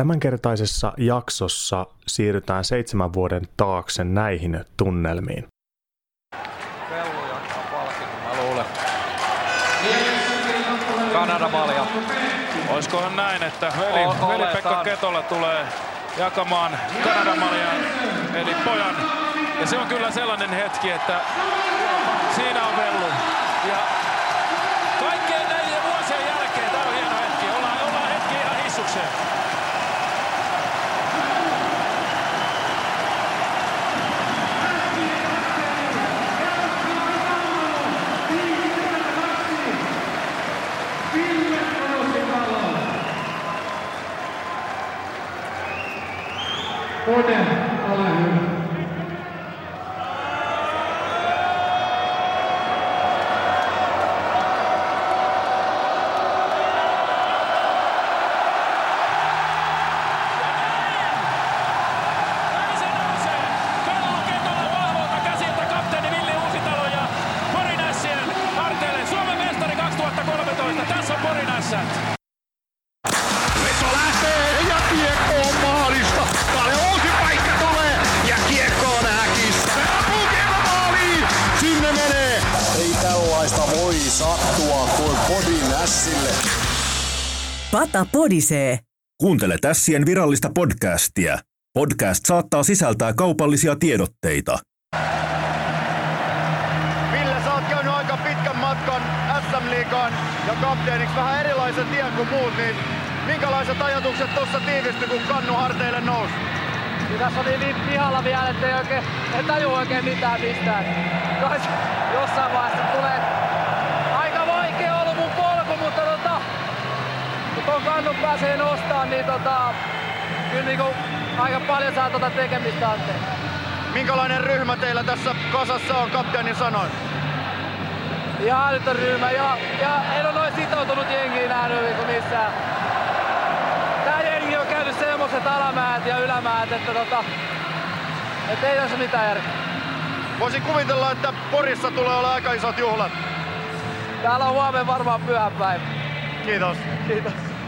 Tämänkertaisessa jaksossa siirrytään 7 vuoden taakse näihin tunnelmiin. Vellu jakaa palkinnon, mä luulen. Kanada-malja. Olisikohan näin, että veli-Pekka Ketola tulee jakamaan Kanada-maljan, eli pojan. Ja se on kyllä sellainen hetki, että siinä on Vellu. Ja kaikkien näiden vuosien jälkeen tämä on hieno hetki. Ollaan hetki ihan hissukseen. Kone, ole hyvä. Pata podisee. Kuuntele Tässien virallista podcastia. Podcast saattaa sisältää kaupallisia tiedotteita. Ville, sä oot käynyt aika pitkän matkan SM-liigaan ja kapteeniksi vähän erilaisen tien kuin muut, niin minkälaiset ajatukset tuossa tiivistyi, kun kannu harteille nousi? Tässä oli niin pihalla vielä, ettei tajua oikein mitään mistään. Jossain vaiheessa tulee aika vaikea ollut mun polku, mutta kun tuon kannun pääsee nostamaan, niin kyllä niinku aika paljon saa tekemistä anteen. Minkälainen ryhmä teillä tässä kasassa on, kapteenin sanoin? Ihan älytön ryhmä ja en ole noin sitoutunut jengiin nähnyt kuin missään. Tää jengi on käynyt semmoset alamäät ja ylämäät, että ei tässä mitään järkeä. Voisin kuvitella, että Porissa tulee olla aika isot juhlat. Täällä on huomenna varmaan pyhäpäivä. Kiitos. Kiitos.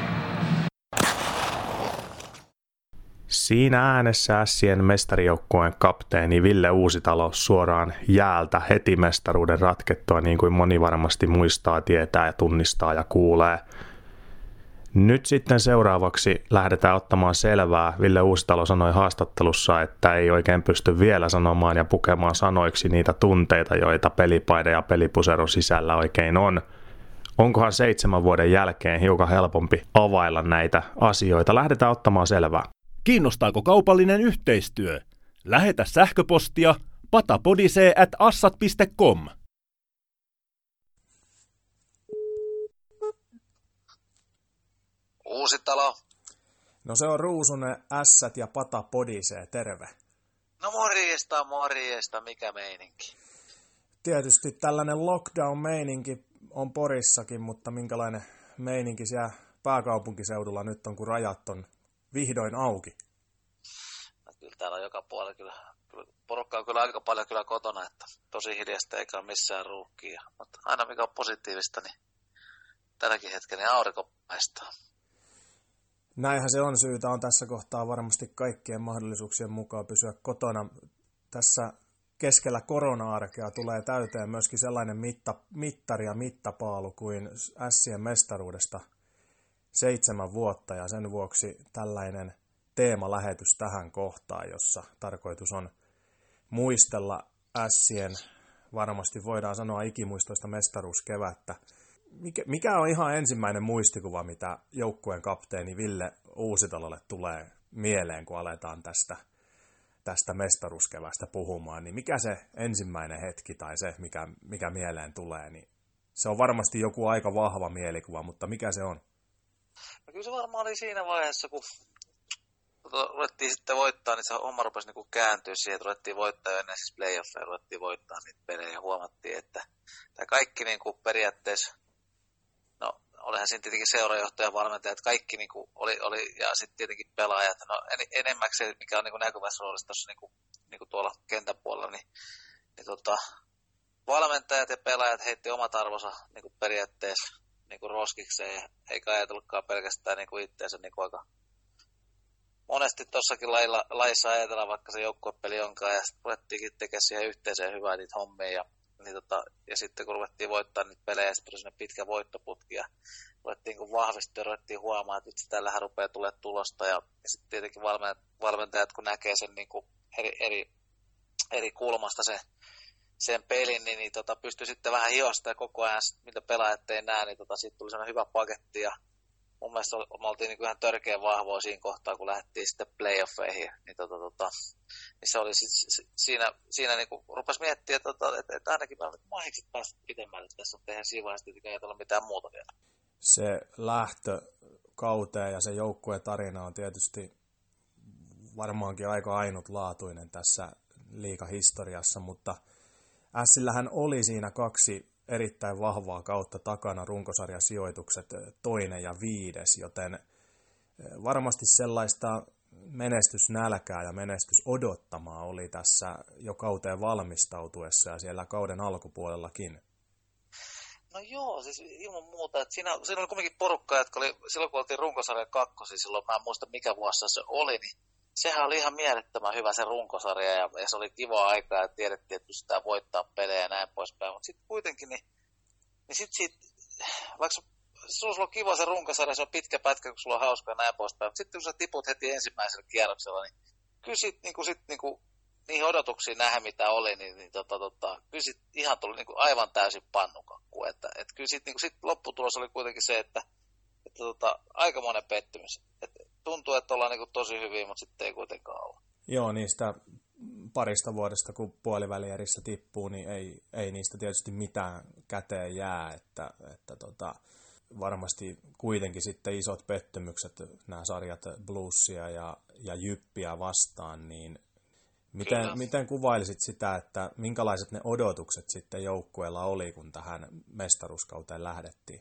Siinä äänessä Ässien mestarijoukkueen kapteeni Ville Uusitalo suoraan jäältä heti mestaruuden ratkettua, niin kuin moni varmasti muistaa, tietää ja tunnistaa ja kuulee. Nyt sitten seuraavaksi lähdetään ottamaan selvää. Ville Uusitalo sanoi haastattelussa, että ei oikein pysty vielä sanomaan ja pukemaan sanoiksi niitä tunteita, joita pelipaide ja pelipuseron sisällä oikein on. Onkohan 7 vuoden jälkeen hiukan helpompi availla näitä asioita? Lähdetään ottamaan selvää. Kiinnostaako kaupallinen yhteistyö? Lähetä sähköpostia patapodisee@assat.com. Uusitalo. No se on Ruusunen, Ässät ja Pata Podisee, terve. No morjesta, mikä meininki? Tietysti tällainen lockdown-meininki on Porissakin, mutta minkälainen meininki siellä pääkaupunkiseudulla nyt on, kun rajat on vihdoin auki? No, kyllä täällä on joka puolella kyllä porukka on kyllä aika paljon kyllä kotona, että tosi hiljasta eikä ole missään ruuhkia. Mutta aina mikä on positiivista, niin tälläkin hetkellä niin aurinko paistaa. Näinhän se on, syytä on tässä kohtaa varmasti kaikkien mahdollisuuksien mukaan pysyä kotona. Tässä keskellä korona-arkea tulee täyteen myöskin sellainen mittari ja mittapaalu kuin Ässien mestaruudesta 7 vuotta, ja sen vuoksi tällainen teemalähetys tähän kohtaan, jossa tarkoitus on muistella Ässien, varmasti voidaan sanoa ikimuistoista mestaruuskevättä. Mikä on ihan ensimmäinen muistikuva, mitä joukkueen kapteeni Ville Uusitalolle tulee mieleen, kun aletaan tästä mestaruuskevästä puhumaan, niin mikä se ensimmäinen hetki tai se, mikä mieleen tulee, niin se on varmasti joku aika vahva mielikuva, mutta mikä se on? No kyllä se varmaan oli siinä vaiheessa, kun ruvettiin sitten voittaa, niin se homma rupesi niin kääntyä siihen, että ruvettiin voittaa jo ennen siis playoffeja, ruvettiin voittaa niitä pelejä ja huomattiin, että tämä kaikki niin kuin periaatteessa, no olihan siinä tietenkin seurajohtaja, valmentajat, kaikki niin kuin oli ja sitten tietenkin pelaajat, no enemmäksi se, mikä on niin kuin näkyvässä roolissa tuossa niin kuin tuolla kentän puolella, niin valmentajat ja pelaajat heitti omat arvonsa niin kuin periaatteessa niin kuin roskikseen, eikä ajatellutkaan pelkästään niin kuin itseänsä niin kuin aika monesti tossakin lajissa ajatellaan vaikka se joukkuepeli onkaan, ja sitten ruvettiinkin tekemään siihen yhteiseen hyvää niitä hommia, ja sitten kun ruvettiin voittaa niitä pelejä, sitten tuli sellainen pitkä voittoputki, ja ruvettiin kun vahvistua, ruvettiin huomaamaan, että itse tällähän rupeaa tulemaan tulosta, ja sitten tietenkin valmentajat, kun näkee sen niin kuin eri kulmasta sen pelin, niin pystyi sitten vähän hiosta ja koko ajan, mitä pelaajat ei näe, niin siitä tuli sellainen hyvä paketti, ja mun mielestä me oltiin niin ihan törkeän vahvoja siinä kohtaa, kun lähdettiin sitten playoffeihin, niin se oli siinä niin rupesi miettimään, että ainakin me mahikset päästä pitemmälle tässä, mutta eihän siinä vaiheessa ei ajatella mitään muuta vielä. Se lähtö kauteen ja se joukkueen tarina on tietysti varmaankin aika ainutlaatuinen tässä liigahistoriassa, mutta Ässillähän oli siinä 2 erittäin vahvaa kautta takana, runkosarjasijoitukset 2. ja 5., joten varmasti sellaista menestysnälkää ja menestysodottamaa oli tässä jo kauteen valmistautuessa ja siellä kauden alkupuolellakin. No joo, siis ilman muuta. Että siinä oli kuitenkin porukkaa, jotka oli, silloin kun oltiin runkosarja 2, silloin mä en muista mikä vuosi se oli, niin sehän oli ihan mielettömän hyvä se runkosarja ja se oli kivaa aikaa ja tiedettiin, että pystytään voittamaan pelejä ja näin poispäin. Mutta sitten kuitenkin, niin sitten vaikka sulla on kiva se runkosarja, se on pitkä pätkä, kun sulla on hauskaa ja näin poispäin. Mutta sitten kun sä tiput heti ensimmäisellä kierroksella, niin kyllä sitten niihin odotuksiin nähdä mitä oli, niin kyllä sit ihan tuli aivan täysin pannukakku. Että kyllä sit lopputulos oli kuitenkin se, että aikamoinen pettymys. Tuntuu, että ollaan tosi hyviä, mutta sitten ei kuitenkaan ole. Joo, niistä parista vuodesta, kun puolivälierissä tippuu, niin ei niistä tietysti mitään käteen jää. Että varmasti kuitenkin sitten isot pettymykset, nämä sarjat Bluesia ja Jyppiä vastaan, niin miten kuvailisit sitä, että minkälaiset ne odotukset sitten joukkueella oli, kun tähän mestaruuskauteen lähdettiin?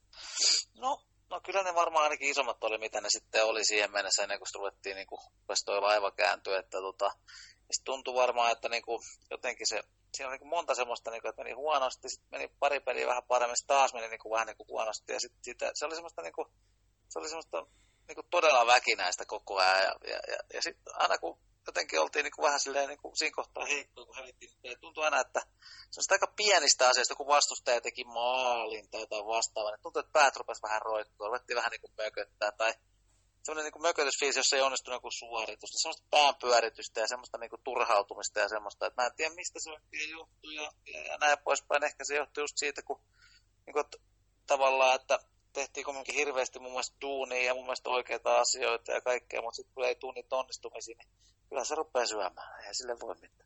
No kyllä ne varmaan ainakin isommat oli, mitä ne sitten oli siihen mennessä, ennen kuin ruvettiin toi laiva kääntyä. Että se tuntui varmaan, että jotenkin siinä oli monta semmoista, että meni huonosti, sitten meni pari peliä vähän paremmin, sitten taas meni vähän huonosti. Ja sitten se oli semmoista todella väkinäistä koko ajan. Ja sitten aina kun jotenkin oltiin vähän silleen siinä kohtaa heikkoa, kun hävittiin, ja tuntui aina, että se on aika pienistä asioista, kun vastustaja teki maalin tai jotain vastaavaa, niin tuntui, että päät rupesi vähän roikkoa, ruvettiin vähän mököttää, tai semmoinen mökötysfiilis, jos ei onnistunut joku suoritus, niin semmoista päänpyöritystä ja semmoista turhautumista ja semmoista, että mä en tiedä, mistä se oikein johtuu ja näin poispäin. Ehkä se johtuu just siitä, kun tavallaan, että tehtiin kuitenkin hirveästi mun mielestä duunia ja mun mielestä oikeita asioita ja kaikkea, mutta sitten kun ei tule niitä onnistumisia, niin kyllä se rupeaa syömään, eihän sille voi mitään.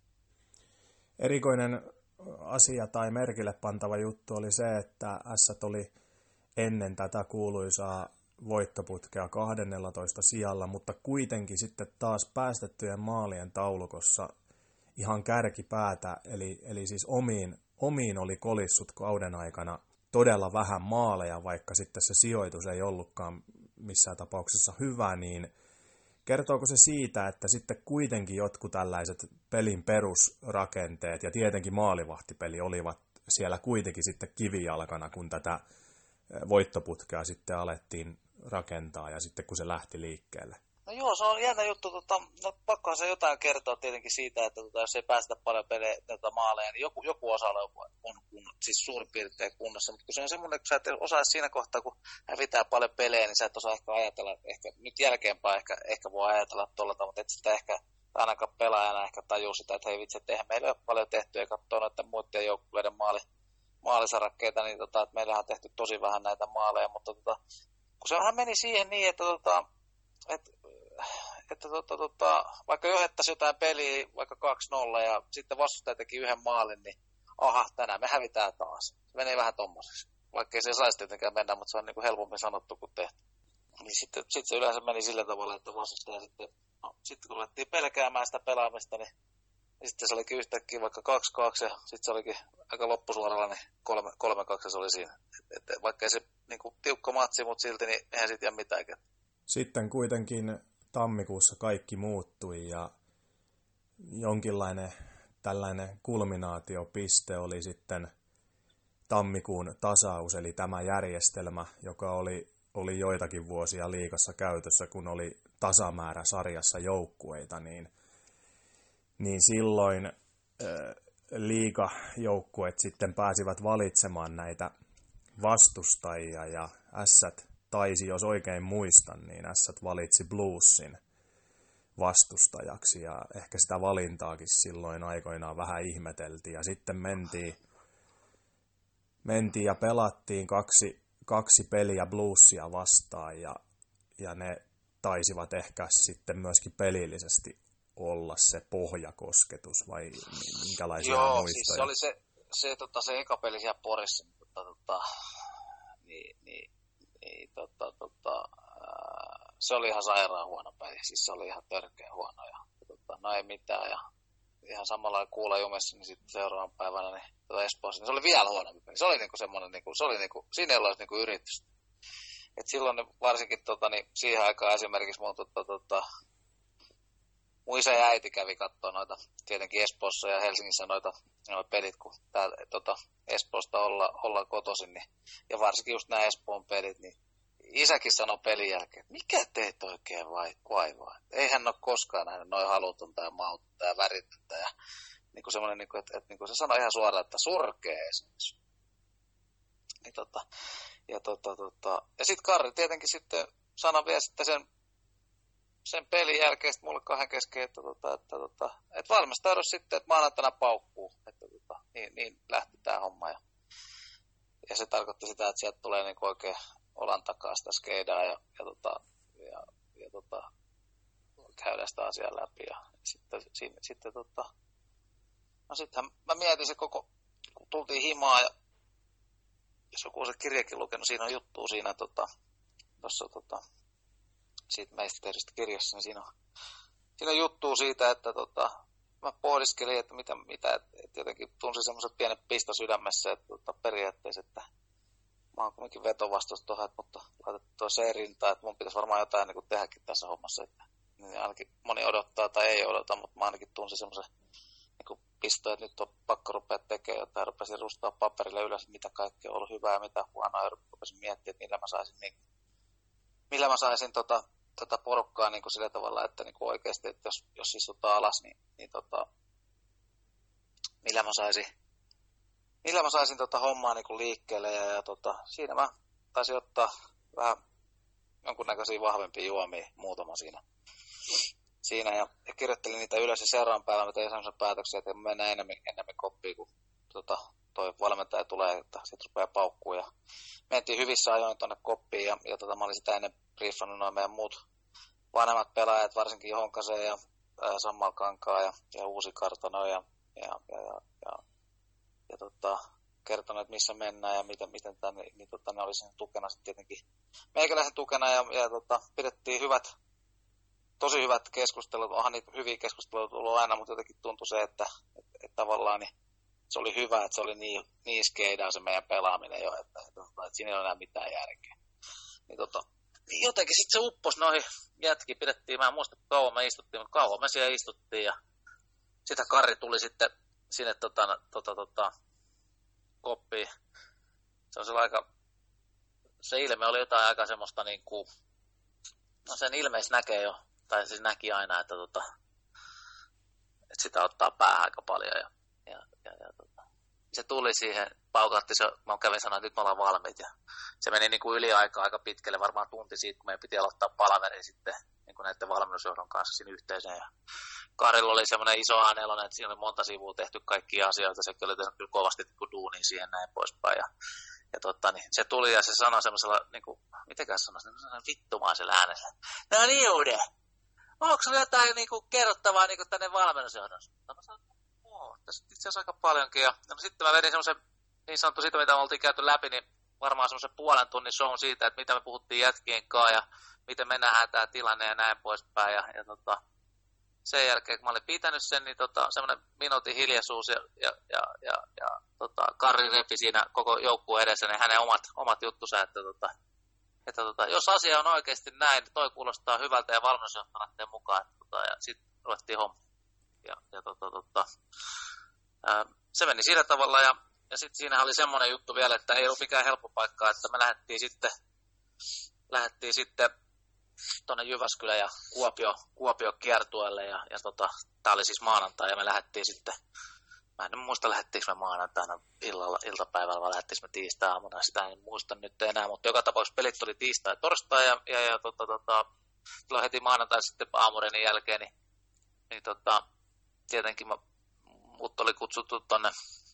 Erikoinen asia tai merkille pantava juttu oli se, että Ässät oli ennen tätä kuuluisaa voittoputkea 12 sijalla, mutta kuitenkin sitten taas päästettyjen maalien taulukossa ihan kärkipäätä, eli siis omiin oli kolissut kauden aikana todella vähän maaleja, vaikka sitten se sijoitus ei ollutkaan missään tapauksessa hyvä, niin kertooko se siitä, että sitten kuitenkin jotkut tällaiset pelin perusrakenteet ja tietenkin maalivahtipeli olivat siellä kuitenkin sitten kivijalkana, kun tätä voittoputkea sitten alettiin rakentaa ja sitten kun se lähti liikkeelle? No joo, se on jännä juttu. Pakkohan se jotain kertoa tietenkin siitä, että jos ei päästä paljon maaleja, niin joku osa-alue on siis suurin piirtein kunnossa. Mutta kun se on semmoinen, kun sä et osaa siinä kohtaa, kun hävitään paljon pelejä, niin sä et osaa ehkä ajatella, ehkä nyt jälkeenpäin ehkä voi ajatella tuolla, mutta et sitä ehkä ainakaan pelaajana ehkä tajuu sitä, että hei vitsi, että eihän meillä ole paljon tehty ja katsoa noiden muiden joukkueiden maalisarakkeita, niin että meillähän on tehty tosi vähän näitä maaleja, mutta kun se vähän meni siihen niin, että vaikka johdettaisiin jotain peliä vaikka 2-0 ja sitten vastustaja teki yhden maalin, niin tänään me hävitään taas. Se menee vähän tommoseksi. Vaikka ei se saisi tietenkään mennä, mutta se on helpommin sanottu kuin tehty. Niin sitten se yleensä meni sillä tavalla, että vastustaja sitten kun ruvettiin pelkäämään sitä pelaamista, niin sitten se olikin yhtäkkiä vaikka 2-2 ja sitten se olikin aika loppusuoralla, niin 3-2 se oli siinä. Vaikka ei se tiukka matsi, mutta silti, niin eihän siitä jää mitään. Sitten kuitenkin tammikuussa kaikki muuttui ja jonkinlainen tällainen kulminaatiopiste oli sitten tammikuun tasaus, eli tämä järjestelmä, joka oli joitakin vuosia liigassa käytössä, kun oli tasamäärä sarjassa joukkueita, niin silloin liigajoukkueet sitten pääsivät valitsemaan näitä vastustajia, ja Ässät taisi, jos oikein muistan, niin Ässät valitsi Bluesin vastustajaksi, ja ehkä sitä valintaakin silloin aikoinaan vähän ihmeteltiin, ja sitten mentiin ja pelattiin kaksi peliä Bluesia vastaan, ja ne taisivat ehkä sitten myöskin pelillisesti olla se pohjakosketus, vai minkälaisia muistoja? Joo, siis se oli se eka peli siellä Porissa, se oli ihan sairaan huono peli, siis se oli ihan törkeä huono, ja no ei mitään, ja ihan samalla kuulla jumessa, niin sitten seuraavan päivänä niin Espoossa, niin se oli vielä huonompi peli. Se oli niinku semmoinen, siinä ei ollut niinku yritystä. Et silloin varsinkin niin siihen aikaan esimerkiksi mun isä ja äiti kävi katsoa noita, tietenkin Espoossa ja Helsingissä noita pelit, kun täällä Espoosta ollaan kotoisin, niin, ja varsinkin just nämä Espoon pelit, niin isäkin sanoi pelin jälkeen, että mikä teet oikein vaivaa? Eihän ole koskaan nähnyt noin halutonta ja mautonta ja väritöntä. Ja niin semmoinen, että se sanoi ihan suoraan, että surkea esimerkiksi. Niin, ja sitten Karri tietenkin sitten sanoi vielä sitten sen pelin jälkeen sitten mulle kahden kesken, että valmistaudu sitten, että maanantaina paukkuu. Että niin lähti tämä homma. Ja se tarkoitti sitä, että sieltä tulee niin oikein olan takaa sitä skeidaa ja käydään sitä asiaa läpi. Ja sittenhän mä mietin se koko, kun tultiin himaa ja jos joku on se kirjakin lukenut, siinä on juttua siinä tuossa siitä meistä tehdystä kirjassa, niin siinä on juttua siitä, että mä pohdiskelin, että mitä että jotenkin tunsin semmoiset pienet pistä sydämessä, että periaatteessa, että mä oon kuitenkin vetovastuussa tuohon, mutta laitettu toiseen rintaan, että mun pitäisi varmaan jotain niin tehdäkin tässä hommassa, että niin ainakin moni odottaa tai ei odota, mutta mä ainakin tunsin semmoisen niin pistoja, että nyt on pakko rupea tekemään jotain, rupesin rustaa paperille ylös, mitä kaikkea on ollut hyvää ja mitä huonoa, ja rupesin miettimään, että millä mä saisin tätä porukkaa niin kuin sillä tavalla, että niin kuin oikeasti, että jos istutaan alas, niin millä mä saisin hommaa niin kuin liikkeelle, ja siinä mä taisin ottaa vähän jonkunnäköisiä vahvempia juomia muutama siinä ja kirjoittelin niitä ylös, ja seuraavan päivänä mä tein sellaisen päätöksen, että mä mennään enemmän koppiin, kun toi valmentaja tulee, että sit rupeaa paukkuu, ja mentiin hyvissä ajoin tonne koppiin, ja mä olin sitä ennen briefannut noin meidän muut vanhemmat pelaajat, varsinkin Honkasen ja Sammalkankaa ja Uusi Kartano ja kertonut, että missä mennään ja miten ne oli sen tukena sitten tietenkin meikäläisen tukena, ja pidettiin tosi hyvät keskustelut, onhan niitä hyviä keskusteluja tullut aina, mutta jotenkin tuntui se, että tavallaan niin se oli hyvä, että se oli niin skeidaa se meidän pelaaminen jo, että siinä ei ole enää mitään järkeä. Niin jotenkin sitten se upposi noihin jätkiin, pidettiin, mä en muista kauan me istuttiin, mutta kauan me siellä istuttiin, ja sitä Karri tuli sitten sinne koppiin. Se ilme oli jotain aika semmoista niinku, no sen ilmeisesti näkee jo, tai siis näki aina, että sitä ottaa päähän aika paljon, ja se tuli siihen, paukatti se, mä kävin sanoa, että nyt me ollaan valmiit, ja se meni niin kuin yliaikaa aika pitkälle, varmaan tunti siitä, kun meidän piti aloittaa palaveri sitten niin kuin näiden valmennusjohdon kanssa siinä yhteiseen, ja Karilla oli semmoinen iso A4, että siinä oli monta sivua tehty kaikkia asioita, se oli tehnyt kyllä kovasti duunia siihen näin poispäin, ja niin se tuli ja se sanoi semmoisella, niin kuin, mitenkäs sanoi, semmoisella vittumaisella äänellä, no niin Ude, onko sinulla jotain niin kuin kerrottavaa niin kuin tänne valmennusjohdossa? Mä sanoin, tässä itse asiassa aika paljonkin, ja sitten mä vedin semmoisen, niin sanottu siitä, mitä me oltiin käyty läpi, niin varmaan semmoisen puolen tunnin shown siitä, että mitä me puhuttiin jätkien kanssa, ja miten me nähdään tämä tilanne ja näin poispäin, ja sen jälkeen, kun mä olin pitänyt sen, niin semmoinen minuutin hiljaisuus, ja Karri repi siinä koko joukkueen edessä, niin hänen omat juttunsa, että jos asia on oikeasti näin, niin toi kuulostaa hyvältä, ja valmennusjohto lähtee mukaan, ja sitten ruvettiin homma. Se meni sillä tavalla, ja sitten siinä oli semmoinen juttu vielä, että ei ollut mikään helppo paikka, että me lähdettiin sitten tuonne Jyväskylän ja Kuopio kiertueelle ja tää oli siis maanantai ja me lähdettiin sitten, mä en muista lähdettiinkö me maanantaina iltapäivällä vai lähdettiinkö me tiistai-aamuna, sitä en muista nyt enää, mutta joka tapauksessa pelit oli tiistai ja torstai ja silloin heti maanantai sitten aamurenin jälkeen, niin tietenkin mut oli kutsuttu tonne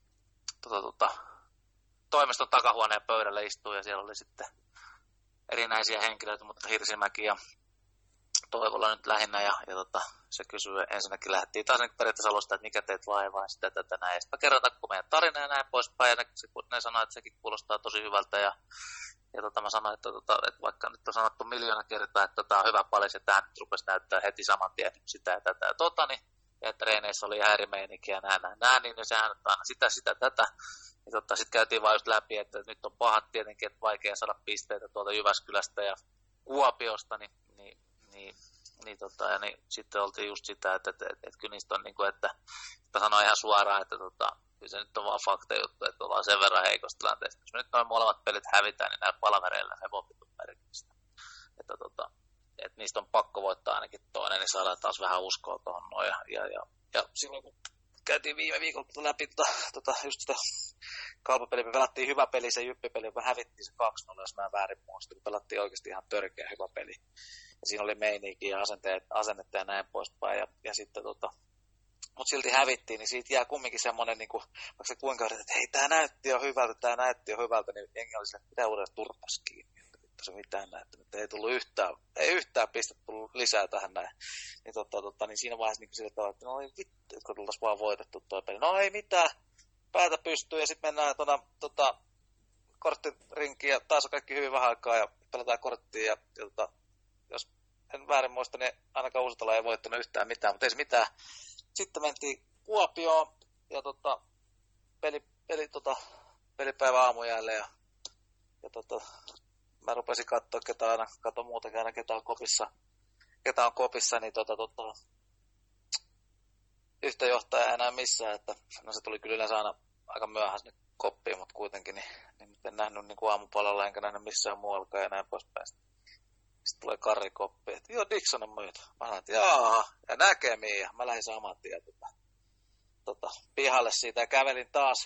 toimiston takahuoneen pöydälle istua ja siellä oli sitten erinäisiä henkilöitä, mutta Hirsimäki ja Toivola nyt lähinnä ja se kysyi, ensinnäkin lähdettiin taas periaatteessa alusta, että mikä teet vaivaa, sitä tätä näin. Ja sitten mä kerroin meidän tarina ja näin poispäin ja ne sanoivat, että sekin kuulostaa tosi hyvältä ja mä sanoin, että vaikka nyt on sanottu miljoona kertaa, että tämä on hyvä palis ja tähän nyt rupesi näyttää heti saman tien sitä ja tätä ja niin, ja treeneissä oli ihan eri meininkiä ja nää, niin sehän on aina sitä, tätä. Sitten käytiin vaan just läpi, että nyt on pahat tietenkin, että vaikea saada pisteitä tuolta Jyväskylästä ja Kuopiosta, niin sitten oltiin just sitä, että kyllä niistä on, niin kuin, että sanoin ihan suoraan, että kyllä se nyt on vaan fakta juttu, että ollaan sen verran heikossa tilanteessa. Jos me nyt noin molemmat pelit hävitään, niin näillä palavereilla he voi pitää merkitystä. Että niistä on pakko voittaa ainakin toinen, niin saadaan taas vähän uskoa tuohon noin. Ja silloin kun käytiin viime viikolla läpi just sitä Kalpapeliä, me pelattiin hyvä peli, se Jyppipeli, me hävittiin se 2-0, jos mä väärin muistin, me pelattiin oikeasti ihan törkeä hyvä peli. Ja siinä oli meininki ja asennetta ja näin poispäin, ja sitten mutta silti hävittiin, niin siitä jää kumminkin semmoinen, niin kuin, vaikka se kuinka että hei, tää näytti jo hyvältä, niin jengi oli sille, pitää uudelleen turpas kiinni, että se mitään näyttänyt, ei tullut yhtään pistettä tullut lisää tähän näin. Niin siinä vaiheessa niin sillä tavalla, että no ei vittu, että tultaisiin vaan voitettu toi peli. No ei mitään, päätä pystyy ja sitten mennään korttirinkiin ja taas on kaikki hyvin vähän aikaa ja pelataan korttiin ja jos en väärin muista, niin ainakaan Uusitalo ei voittanut yhtään mitään, mutta ei se mitään. Sitten mentiin Kuopioon ja pelipäivä aamujäälle ja mä rupesin katsoa, kato muutakin aina, ketä on kopissa, niin yhtä johtajaa ei enää missään, että no se tuli kyllä yleensä aina aika myöhään sinne koppiin, mutta kuitenkin niin en nähnyt niin kuin aamupalalla enkä nähnyt missään muuallakaan ja näin poispäin. Sitten tulee Karri koppi, että joo, Dixon on myyty. Mä sanoin, että jaa, ja näkemiin, ja mä lähdin saman tien pihalle siitä ja kävelin taas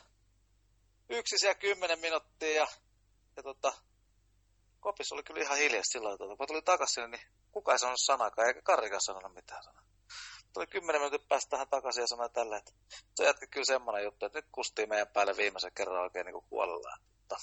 10 minuuttia ja kopissa oli kyllä ihan hiljaista silloin, kun mä tulin takaisin, niin kukaan ei sanonut sanakaan, eikä Karrikaan sanonut mitään sanaa. Tuli 10 minuutin päästä tähän takaisin ja sanoi tällä, että se jätki kyllä semmoinen juttu, että nyt kustiin meidän päälle viimeisen kerran oikein niin kuin kuolellaan.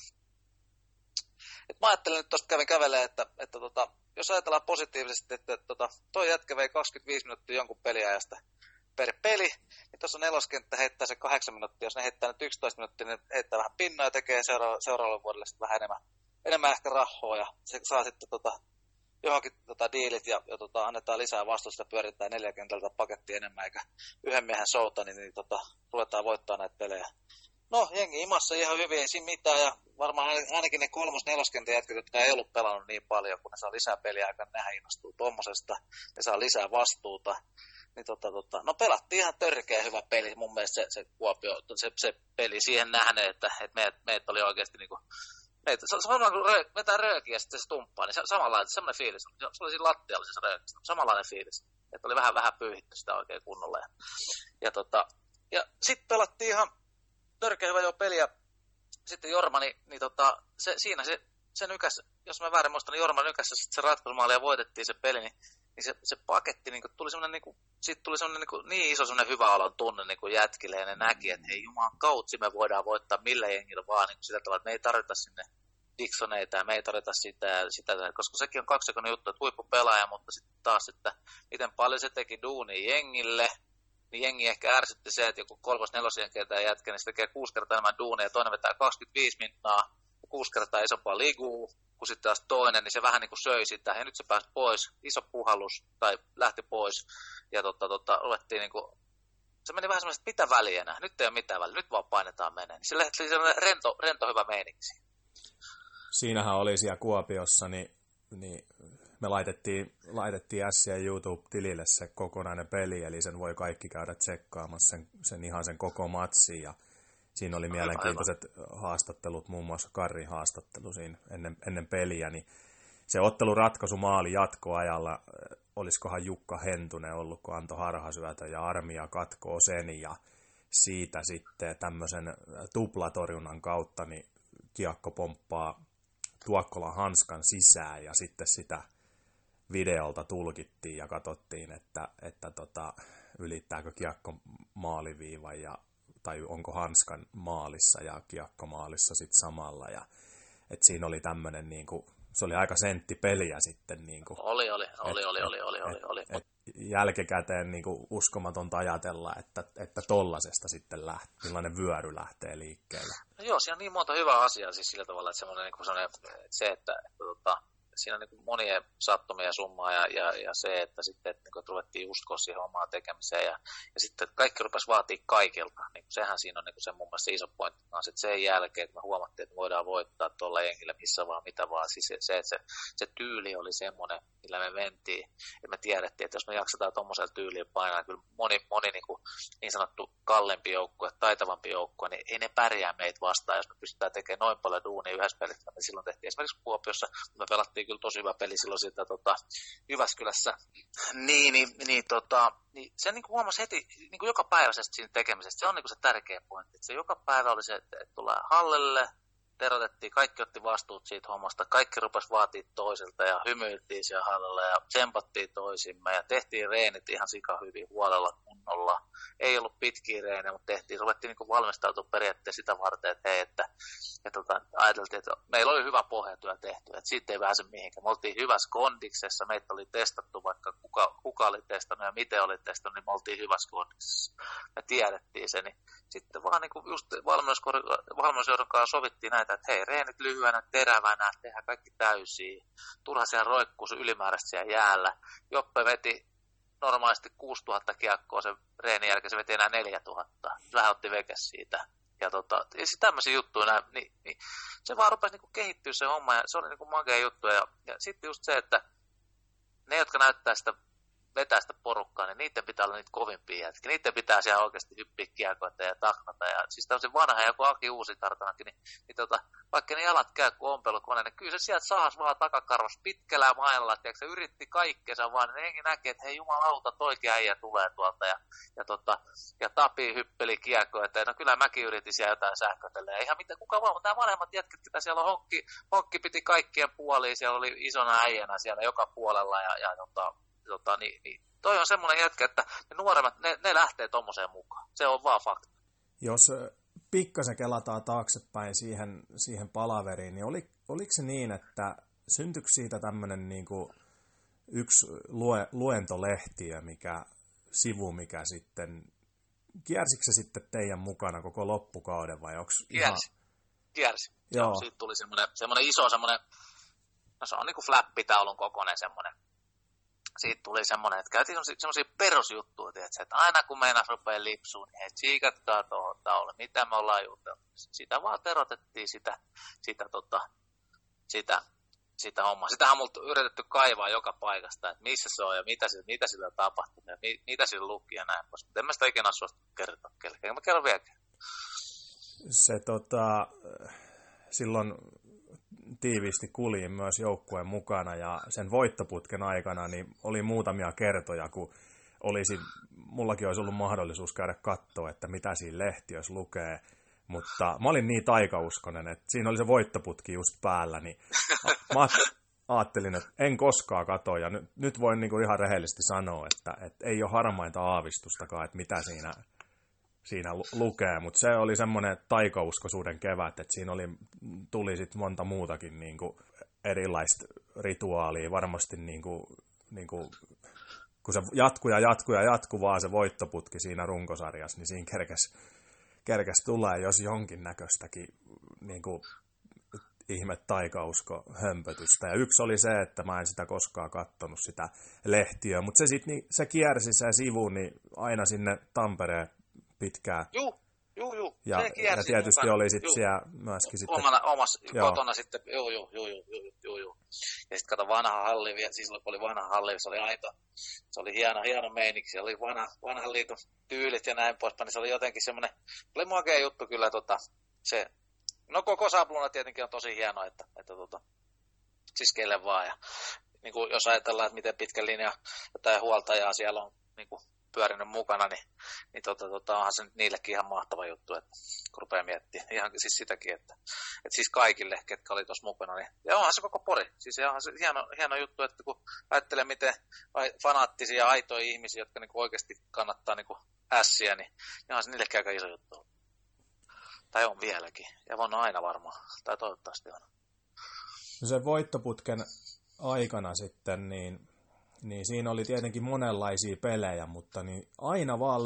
Mä ajattelin nyt tuosta kävin kävelemään, että jos ajatellaan positiivisesti, että toi jätkä vei 25 minuuttia jonkun peliajasta per peli, niin tuossa neloskenttä heittää se 8 minuuttia. Jos ne heittää nyt 11 minuuttia, niin heittää vähän pinnaa ja tekee seuraavalle vuodelle sitten vähän enemmän ehkä rahoa ja se saa sitten johonkin diilit ja annetaan lisää vastuusta, pyöritetään 4 kentältä pakettia enemmän eikä yhden miehen showta, niin ruvetaan voittaa näitä pelejä. No, jengi imassa ihan hyvin, ei siinä mitään, ja varmaan ainakin ne 3-4 jätkät, jotka ei ollut pelannut niin paljon, kun ne saa lisää peliaikaa, niin nehän innostuu tuommoisesta, ne saa lisää vastuuta. Niin no pelattiin ihan törkeä hyvä peli, mun mielestä se Kuopio, se peli siihen nähden, että meitä oli oikeasti niinku, samoin kun vetää röökiä ja sitten se stumppaa, niin samanlainen, semmoinen fiilis, se oli siinä lattiallisessa röökissä, samanlainen fiilis, että oli vähän pyyhitty sitä oikein kunnolla. Ja sitten pelattiin ihan törkeä hyvä jo peli ja sitten Jorma, siinä se nykäs, jos mä väärin muistan, niin Jorma nykäs se ratkaisumaali ja voitettiin se peli, niin se paketti, niin tuli semmoinen, siitä tuli semmoinen niin iso semmoinen hyvä olon tunne niin jätkille ja ne näki, että hei juman kautsi me voidaan voittaa millä jengillä vaan niin sillä tavalla, että me ei tarvita sinne Dixoneita ja me ei tarvita sitä, koska sekin on kaksijakoinen juttu, että huippupelaaja, mutta sitten taas, että miten paljon se teki duunia jengille, niin jengi ehkä ärsytti se, että joku 3-4 jenkeä jätkä, niin se tekee 6 kertaa enemmän duunia ja toinen vetää 25 minnaa, 6 kertaa isompaa liguu, kun sitten taas toinen, niin se vähän niin kuin söi sitä, ja nyt se pääsi pois, iso puhallus, tai lähti pois, ja ruvettiin niin kuin, se meni vähän semmoinen, että mitä väliä enää, nyt ei ole mitään väliä, nyt vaan painetaan menee, niin se lähti semmoinen rento hyvä meininki. Siinähän oli siellä Kuopiossa, niin me laitettiin Sien YouTube-tilille se kokonainen peli, eli sen voi kaikki käydä tsekkaamassa sen koko matsin, ja siinä oli mielenkiintoiset haastattelut, muun muassa Karrin haastattelu siinä ennen peliä, niin se otteluratkaisu-maali jatkoajalla, olisikohan Jukka Hentunen ollut, kun antoi harhasyötön ja Armia katkoo sen, ja siitä sitten tämmöisen tuplatorjunnan kautta niin kiekko pomppaa Tuokkolan hanskan sisään, ja sitten sitä videolta tulkittiin ja katsottiin, että ylittääkö kiekko maaliviivan tai onko hanskan maalissa ja kiekko maalissa sitten samalla. Ja, et siinä oli tämmöinen, niinku, se oli aika senttipeliä sitten. Niinku, oli. Jälkikäteen niinku, uskomatonta ajatella, että tollasesta sitten millainen vyöry lähtee liikkeelle. No joo, siinä on niin monta hyvää asiaa siis sillä tavalla, että että siinä on niin monia sattumia summaa ja se, että sitten että ruvettiin uskoa siihen omaan tekemiseen ja sitten kaikki rupesi vaatii kaikilta. Niin sehän siinä on niin se mun mielestä iso pointti. Sitten sen jälkeen, kun me huomattiin, että me voidaan voittaa tuolla jengillä missä vaan mitä vaan. Siis se tyyli oli semmoinen, millä me mentiin. Ja me tiedettiin, että jos me jaksetaan tuommoisella tyylillä painaa, niin kyllä moni niin sanottu kallempi joukkue, taitavampi joukkue, niin ei ne pärjää meitä vastaan, jos me pystytään tekemään noin paljon duunia yhdessä pelissä. Me silloin tehtiin esimerkiksi Kuopiossa, me pelattiin kyllä tosi hyvä peli silloin siitä Jyväskylässä. Niin se niin huomasi heti niin joka päiväisestä siinä tekemisestä. Se on niin se tärkeä pointti. Se joka päivä oli se, että tulee hallelle, terotettiin, kaikki otti vastuut siitä hommasta, kaikki rupesi vaatii toisilta ja hymyiltiin siellä hallella ja tsempattiin toisimme ja tehtiin reenit ihan sika hyvin huolella kunnolla. Ei ollut pitkiä reenejä, mutta ruvettiin niin valmistautua periaatteessa sitä varten, että hei, ajateltiin, että meillä oli hyvä pohjatyö tehty, että siitä ei pääse mihinkään. Me oltiin hyvässä kondiksessa, meitä oli testattu, vaikka kuka oli testannut ja miten oli testannut, niin me oltiin hyvässä kondiksessa. Me tiedettiin se, niin sitten vaan niin just valmennusjohdon kanssa sovittiin näitä, että hei, reenit lyhyenä, terävänä, tehdään kaikki täysiä, turha siellä roikkuu ylimääräistä siellä jäällä. Joppe veti normaalisti 6000 kiekkoa sen reenin jälkeen, se veti enää 4000. Vähän otti vekes siitä. Ja siis tämmöisiä juttuja, niin se vaan rupesi niin kehittyä se homma, ja se oli niin makea juttu. Ja sitten just se, että ne, jotka näyttää sitä vetää sitä porukkaa, niin niiden pitää olla niitä kovimpia jätkiä. Niiden pitää siellä oikeasti hyppiä kiekoita ja taklata. Ja siis tämmöisen vanha joku Aki Uusikartanakin, niin vaikka ne jalat käy kuin ompelukone, niin kyllä se sieltä saas vaan takakarvassa pitkällä mailla, että se yritti kaikkensa vaan, niin henki näkee, että hei jumalauta, toikin äijä tulee tuolta ja Tapi hyppeli kiekoja, että no kyllä mäkin yritin siellä jotain sähkötellä. Ihan mitä kuka vaan, mutta nämä vanhemmat jätkät, mitä siellä on honkki piti kaikkien puoliin, siellä oli isona äijänä siellä joka puolella niin toi on semmoinen jätkä, että ne nuoremmat, ne lähtee tommoseen mukaan. Se on vaan fakta. Jos pikkasen kelataan taaksepäin siihen palaveriin, niin oliko se niin, että syntyykö siitä tämmöinen niinku yksi luentolehtiö, sivu, mikä sitten, kiersikö se sitten teidän mukana koko loppukauden vai onko Kiersi. Joo. Siitä tuli semmoinen iso, no se on niinku flappitaulun kokoinen semmoinen. Siitä tuli semmoinen, että käytiin semmoisia perusjuttuja, että aina kun meinas rupeaa lipsuun, niin hei, tsiikattaa tuohon taululle, mitä me ollaan juteltu. Sitä vaan terotettiin sitä hommaa. Sitähän on multa yritetty kaivaa joka paikasta, että missä se on ja mitä sillä tapahtuu ja mitä sillä luki ja näin pois. Mutta en mä sitä ikinä suostu kertoa kelkään. Mä kerron vieläkään. Se silloin tiiviisti kuljin myös joukkueen mukana ja sen voittoputken aikana niin oli muutamia kertoja, kun mullakin olisi ollut mahdollisuus käydä katsoa, että mitä siinä lehtiössä lukee, mutta mä olin niin taikauskonen, että siinä oli se voittoputki just päällä, niin mä ajattelin, että en koskaan katso ja nyt voin niin kuin ihan rehellisesti sanoa, että ei ole harmainta aavistustakaan, että mitä siinä lukee, mutta se oli semmoinen taikauskoisuuden kevät, että siinä tuli sitten monta muutakin niin kuin erilaista rituaalia, varmasti niin kuin, kun se jatkuu vaan se voittoputki siinä runkosarjassa, niin siinä kerkes tulee jos jonkinnäköistäkin niin kuin ihme taikausko hömpötystä. Ja yksi oli se, että mä en sitä koskaan kattonut sitä lehtiöä, mutta se sitten se kiersi se sivu niin aina sinne Tampereen pitkään. Juu. Ja tietysti mukana. Oli sitten siellä myöskin sitten omassa kotona sitten, juu. Ja sitten kato vanha halli, siis kun oli vanha halli, se oli aito. Se oli hieno meininki, se oli vanhan liiton tyylit ja näin poispäin, niin se oli jotenkin semmoinen, oli makea juttu kyllä koko sapluna tietenkin on tosi hieno, että siis kelle vaan. Ja, niin kuin jos ajatellaan, että miten pitkä linja jotain huoltajaa siellä on niin kuin pyörinyt mukana, niin onhan se nyt niillekin ihan mahtava juttu, että kun rupeaa miettimään ihan siis sitäkin, että siis kaikille, ketkä oli tuossa mukana, niin ja onhan se koko Pori. Siis onhan se hieno juttu, että kun ajattelee, miten fanaattisia aitoja ihmisiä, jotka niin oikeasti kannattaa niin ässiä, niin onhan se niillekin aika iso juttu. Tai on vieläkin, ja on aina varmaan, tai toivottavasti on. No sen voittoputken aikana sitten, niin siinä oli tietenkin monenlaisia pelejä, mutta niin aina vaan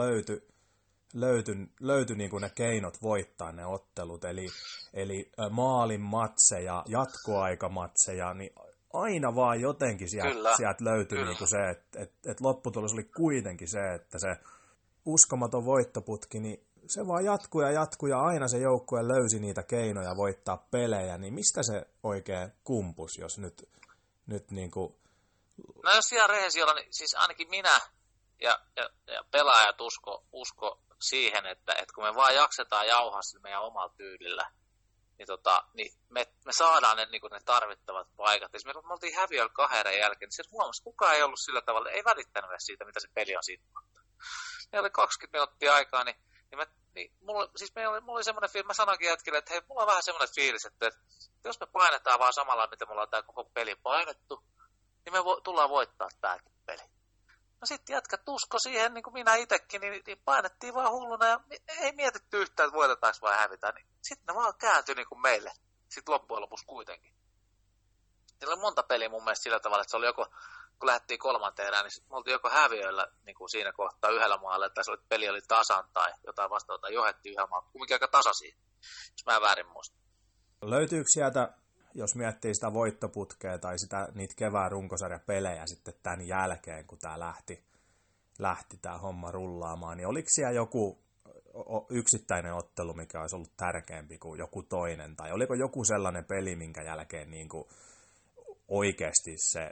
löytyi niin kuin ne keinot voittaa ne ottelut, eli maalin matseja, jatkoaikamatseja, niin aina vaan jotenkin sieltä löytyi niin kuin se, että lopputulos oli kuitenkin se, että se uskomaton voittoputki, niin se vaan jatkui ja aina se joukkue löysi niitä keinoja voittaa pelejä, niin mistä se oikein kumpus, jos nyt niin kuin... No jos ihan rehellisesti olla, niin siis ainakin minä ja pelaajat usko siihen, että kun me vaan jaksetaan jauhaa sillä meidän omalla tyylillä, niin me saadaan ne tarvittavat paikat. Esimerkiksi me oltiin häviöllä 2 erän jälkeen, niin se huomasi, kukaan ei ollut sillä tavalla, ei välittänyt edes siitä, mitä se peli on siitä. Meillä oli 20 minuuttia aikaa, mulla oli semmoinen fiilis, mä sanoinkin jätkille, että hei, mulla on vähän semmoinen fiilis, että jos me painetaan vaan samalla, mitä me ollaan tää koko peli painettu, niin me tullaan voittaa tääkin peli. No sitten jätkät usko siihen, niin kuin minä itsekin, niin painettiin vaan hulluna ja ei mietitty yhtään, että voitetaanko vai hävitään. Niin sitten ne vaan kääntyi niin kuin meille, sitten loppujen lopuksi kuitenkin. Siellä oli monta peliä mun mielestä sillä tavalla, että se oli joko, kun lähdettiin 3. erään, niin me oltiin joko häviöillä niin kuin siinä kohtaa yhdellä maalla, tai peli oli tasan tai jotain vastaavaa, johdettiin yhdellä maalla, kumminkin aika tasaisia, jos mä en väärin muista. Löytyykö sieltä, jos miettii sitä voittoputkea tai niitä kevään runkosarjapelejä sitten tämän jälkeen, kun tämä lähti tämä homma rullaamaan, niin oliko siellä joku yksittäinen ottelu, mikä olisi ollut tärkeämpi kuin joku toinen, tai oliko joku sellainen peli, minkä jälkeen niin kuin oikeasti se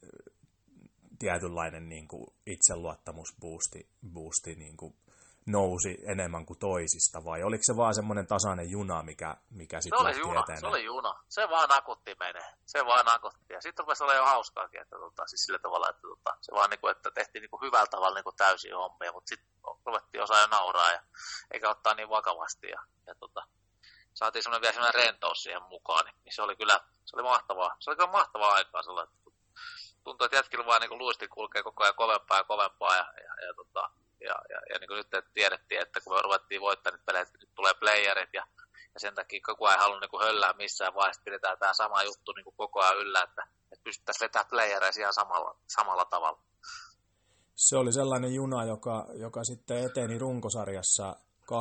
tietynlainen niin kuin itseluottamusboosti niin kuin nousi enemmän kuin toisista, vai oliko se vaan semmoinen tasainen juna, mikä sitten lähti eteen? Se oli juna. Se vaan nakutti menee. Se vaan nakutti. Ja sitten rupesi olla jo hauskaakin, että siis sillä tavalla, että se vaan niin kuin, että tehtiin niin kuin hyvällä tavalla niin kuin täysiä hommia, mutta sitten ruvettiin osaa jo nauraa eikä ottaa niin vakavasti. Ja saatiin vielä semmoinen rentous siihen mukaan, niin se oli kyllä, se oli mahtavaa. Se oli kyllä mahtavaa aikaa sellainen. Tuntui, että jätkillä vaan niin luisti kulkee koko ajan kovempaa ja kovempaa ja niin kuin nyt tiedettiin, että kun me ruvettiin voittamaan nyt pelejä, nyt tulee playerit ja sen takia koko ajan ei halunnut niin kuin höllää missään vaiheessa, pidetään tämä sama juttu niin kuin koko ajan yllä, että pystyttäisiin vetämään playereja ihan samalla tavalla. Se oli sellainen juna, joka sitten eteni runkosarjassa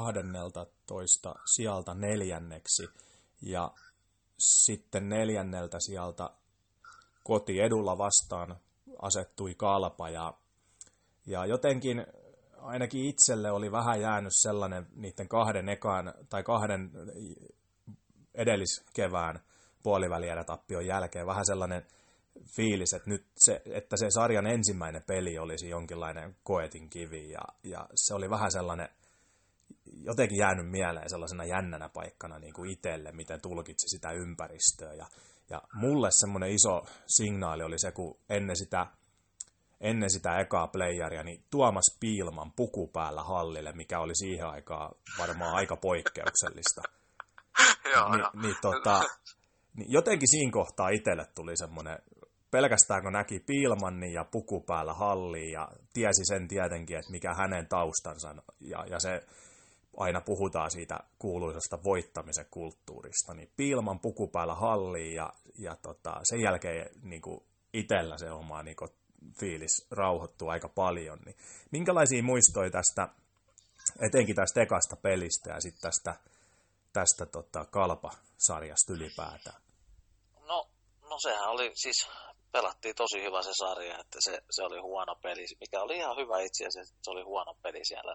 12 sijalta 4. ja sitten 4. sijalta kotiedulla vastaan asettui Kalpa ja jotenkin ainakin itselle oli vähän jäänyt sellainen niiden 2 edelliskevään puolivälierätappion jälkeen vähän sellainen fiilis, että nyt että se sarjan ensimmäinen peli olisi jonkinlainen koetinkivi ja se oli vähän sellainen jotenkin jäänyt mieleen sellaisena jännänä paikkana niin kuin itselle, miten tulkitsi sitä ympäristöä ja mulle semmoinen iso signaali oli se, kun ennen sitä ekaa playeria, niin Tuomas Piilman puku päällä hallille, mikä oli siihen aikaan varmaan aika poikkeuksellista. Niin jotenkin siinä kohtaa itselle tuli semmoinen, pelkästään kun näki Piilmanin ja puku päällä halliin ja tiesi sen tietenkin, että mikä hänen taustansa ja se aina puhutaan siitä kuuluisasta voittamisen kulttuurista, niin Piilman puku päällä halliin ja sen jälkeen niin kuin itsellä se oma niin kuin fiilis rauhoittuu aika paljon. Niin minkälaisia muistoja tästä, etenkin tästä ekasta pelistä ja sitten tästä Kalpa-sarjasta ylipäätään? No sehän oli siis, pelattiin tosi hyvä se sarja, että se oli huono peli, mikä oli ihan hyvä itse asiassa, se oli huono peli siellä.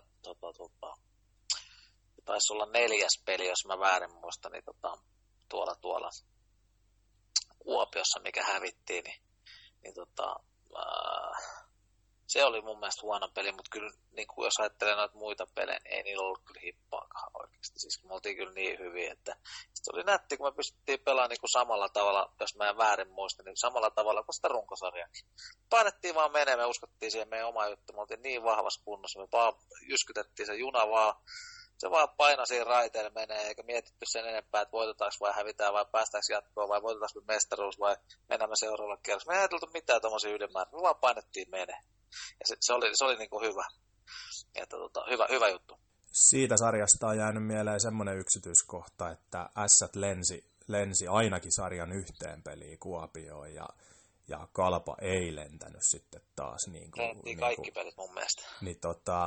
Taisi olla 4. peli, jos mä väärin muistan, niin tuolla Kuopiossa, mikä hävittiin, niin Se oli mun mielestä huono peli, mutta kyllä niin kuin jos ajattelee noita muita pelejä, niin ei niillä ollut kyllä hippaakaan oikeasti. Siis me oltiin kyllä niin hyviä, että se oli nätti, kun me pystyttiin pelaamaan niin kuin samalla tavalla, jos mä en väärin muista, niin samalla tavalla kuin sitä runkosarjaakin. Painettiin vaan menee, me uskottiin siihen meidän oma juttu, me oltiin niin vahvassa kunnossa, me vaan jyskytettiin se juna vaan, se vaan painoi siinä raiteille menee, eikä mietitty sen enempää, että voitetaanko vai hävitään vai päästäänkö jatkoon vai voitetaanko mestaruus vai mennään me seuraavalla kierroksella. Me ei ajateltu mitään tommosia ylimääräisiä, me vaan painettiin menee. Ja se oli niin kuin hyvä. Että hyvä juttu. Siitä sarjasta on jäänyt mieleen semmoinen yksityiskohta, että Ässät lensi ainakin sarjan yhteen peliin Kuopioon ja Kalpa ei lentänyt sitten taas. Lentiin kaikki pelit mun mielestä. Niin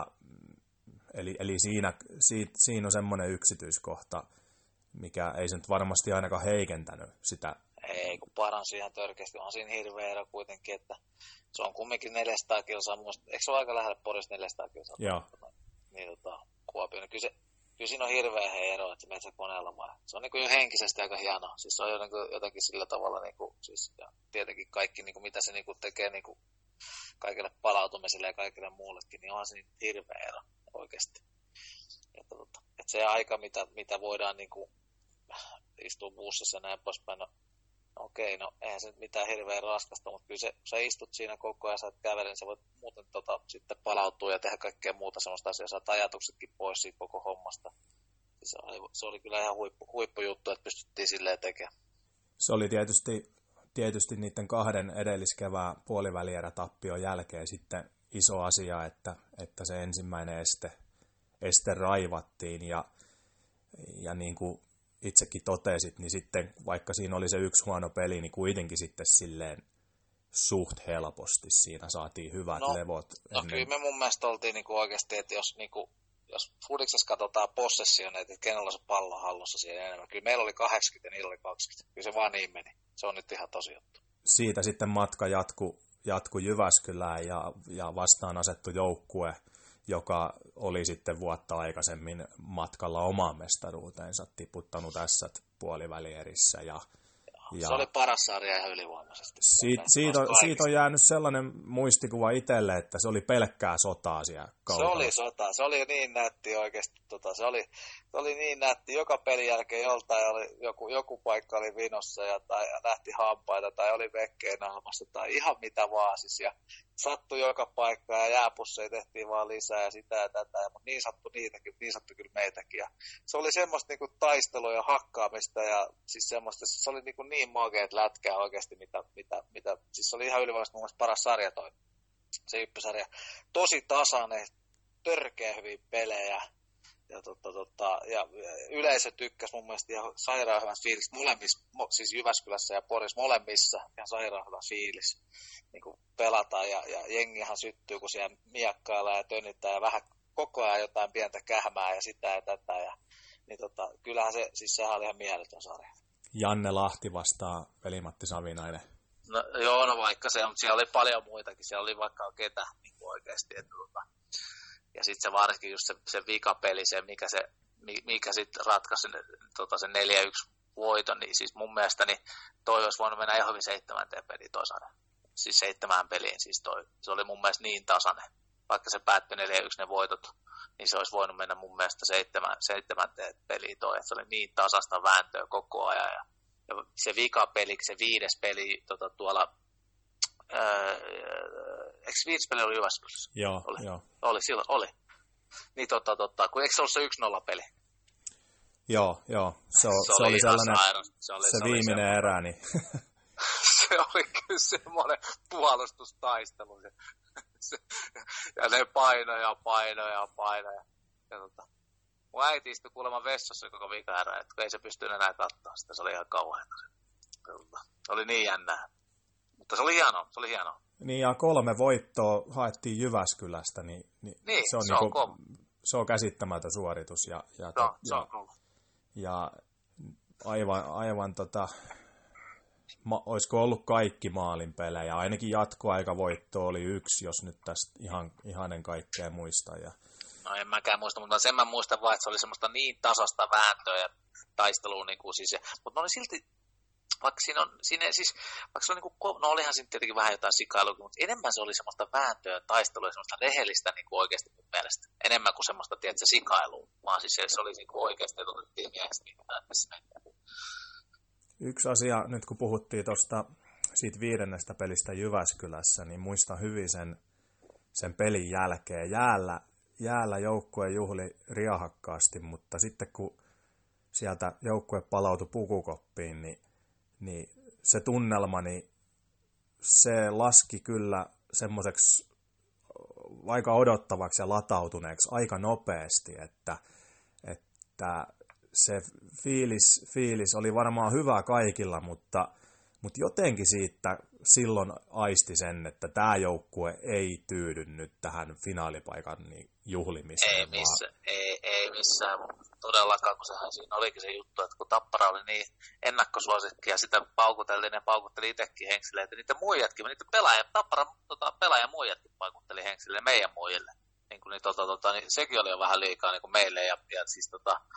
eli siinä on semmoinen yksityiskohta, mikä ei se nyt varmasti ainakaan heikentänyt sitä. Ei, kun paransi ihan törkeästi. On siinä hirveä ero kuitenkin, että se on kumminkin 400 kilsaa. Eikö se ole aika lähellä Porista 400 kilsaa? Joo. Niin Kuopio. Niin kyllä siinä on hirveä ero, että menet koneella vai. Se on niin kuin jo henkisesti aika hienoa. Siis se on jotenkin sillä tavalla, niin kuin, siis, ja tietenkin kaikki, niin kuin, mitä se niin kuin tekee niin kuin kaikille palautumiselle ja kaikille muullekin, niin onhan se niin hirveä ero oikeasti. Että se aika, mitä voidaan niin kuin, istua bussissa ja näin poispäin, okei, no eihän se mitään hirveän raskasta, mutta kyllä kun sä istut siinä koko ajan, sä et kävele, niin sä voit muuten sitten palautua ja tehdä kaikkea muuta sellaista asiaa, saat ajatuksetkin pois siitä koko hommasta. Se oli kyllä ihan huippujuttu, että pystyttiin silleen tekemään. Se oli tietysti niiden 2 edelliskevään puolivälierätappion jälkeen sitten iso asia, että se ensimmäinen este raivattiin ja niin kuin itsekin totesit, niin sitten vaikka siinä oli se yksi huono peli, niin kuitenkin sitten silleen suht helposti siinä saatiin hyvät levot. No kyllä me mun mielestä oltiin niinku oikeasti, että jos Fudiksessa katsotaan possessioneita, että kenellä on se pallo hallussa siellä enemmän. Kyllä meillä oli 80 ja niillä oli 20. Kyllä se vaan niin meni. Se on nyt ihan tosi juttu. Siitä sitten matka jatkui Jyväskylään ja vastaan asettu joukkue, joka oli sitten vuotta aikaisemmin matkalla omaan mestaruuteensa, tiputtanut Ässät puolivälierissä. Se oli paras sarja ihan ylivoimaisesti. Siitä on jäänyt sellainen muistikuva itselle, että se oli pelkkää sotaa siellä kaukana. Se oli sotaa. Se oli niin nätti oikeasti. Se oli niin nätti. Joka pelin jälkeen joltain oli joku paikka oli vinossa tai nähti hampaita tai oli vekkeen naamassa tai ihan mitä vaan. Siis, ja sattui joka paikkaan ja jääpusseja tehtiin vaan lisää ja sitä ja tätä. Mutta niin sattui niitäkin, niin sattui kyllä meitäkin. Ja se oli semmoista niinku taistelua ja hakkaamista ja siis semmoista, se oli niin makeet lätkää oikeasti, mitä siis se oli ihan ylivoimaisesti mun mielestä paras sarja se ykkösarja. Tosi tasainen, törkeä hyviä pelejä ja yleisö tykkäsi mun mielestä ihan sairaan hyvän fiilis molemmissa, siis Jyväskylässä ja Porissa molemmissa ihan sairaan hyvä fiilis niin kuin pelataan ja jengihan syttyy, kun siellä miakkaillaan ja tönnitään ja vähän koko ajan jotain pientä kähmää ja sitä ja tätä niin kyllähän se, siis sehän oli ihan mieletön sarja. Janne Lahti vastaa Veli-Matti Savinainen. No joo, no vaikka se, mutta siellä oli paljon muitakin. Siellä oli vaikka ketä niin oikeasti. Ja sitten se varsinkin just se vikapeli, se mikä sitten ratkaisi sen 4-1 voiton, niin siis mun mielestä niin toi olisi voinut mennä ihan hyvin 7 peliin toi sarja. Siis 7 peliin siis toi. Se oli mun mielestä niin tasainen. Vaikka se päättyi 4-1 ne voitot, niin se olisi voinut mennä mun mielestä 7 peliin toi. Että se oli niin tasasta vääntöä koko ajan. Ja se vikapeli, se 5. peli tuolla, eikö 5. peli oli Jyväskylässä? Joo, oli. Joo. Oli, silloin oli. Niin kun eikö se ollut se 1-0 peli? Joo, se oli sellainen, se viimeinen erä, niin se oli kyllä semmoinen puolustustaistelu. Ja ne painoja. Mun äiti istui kuulemma vessassa koko vikaerä, että ei se pystynyt enää katsoa sitä, se oli ihan kauheata. Oli niin jännää. Mutta se oli hienoa. Niin ja 3 voittoa haettiin Jyväskylästä, niin se on, se on käsittämätön suoritus. Ja aivan olisiko ollut kaikki maalinpelejä, ainakin jatkoaikavoitto oli 1, jos nyt tästä ihan en kaikkea muista. No en mäkään muista, mutta sen mä muistan vaan, että se oli semmoista niin tasasta vääntöä ja taistelua. Niin kuin siis, mutta ne oli silti vaikka se on no olihan siinä tietenkin vähän jotain sikailuakin, mutta enemmän se oli semmoista vääntöä, taistelua, semmoista rehellistä niin kuin oikeasti mun mielestä. Enemmän kuin semmoista, tiedätkö, sikailua, vaan siis se oli niin kuin oikeasti, että otettiin miehestä niin Yksi asia, nyt kun puhuttiin siitä 5. pelistä Jyväskylässä, niin muistan hyvin sen pelin jälkeen. Jäällä joukkue juhli riahakkaasti, mutta sitten kun sieltä joukkue palautui pukukoppiin, niin se tunnelma, niin se laski kyllä semmoiseksi aika odottavaksi ja latautuneeksi aika nopeasti, että se fiilis oli varmaan hyvä kaikilla, mutta jotenkin siitä silloin aisti sen, että tämä joukkue ei tyydy nyt tähän finaalipaikan juhlimiseen. Ei missään todellakaan, kun sehän siinä olikin se juttu, että kun Tappara oli niin ennakkosuosikki ja sitä paukutteli itsekin henksilöitä, niitä muijatkin, Tapparan pelaajan muijatkin paukutteli henksilöille meidän muijille. Niin sekin oli jo vähän liikaa niin kuin meille ja siis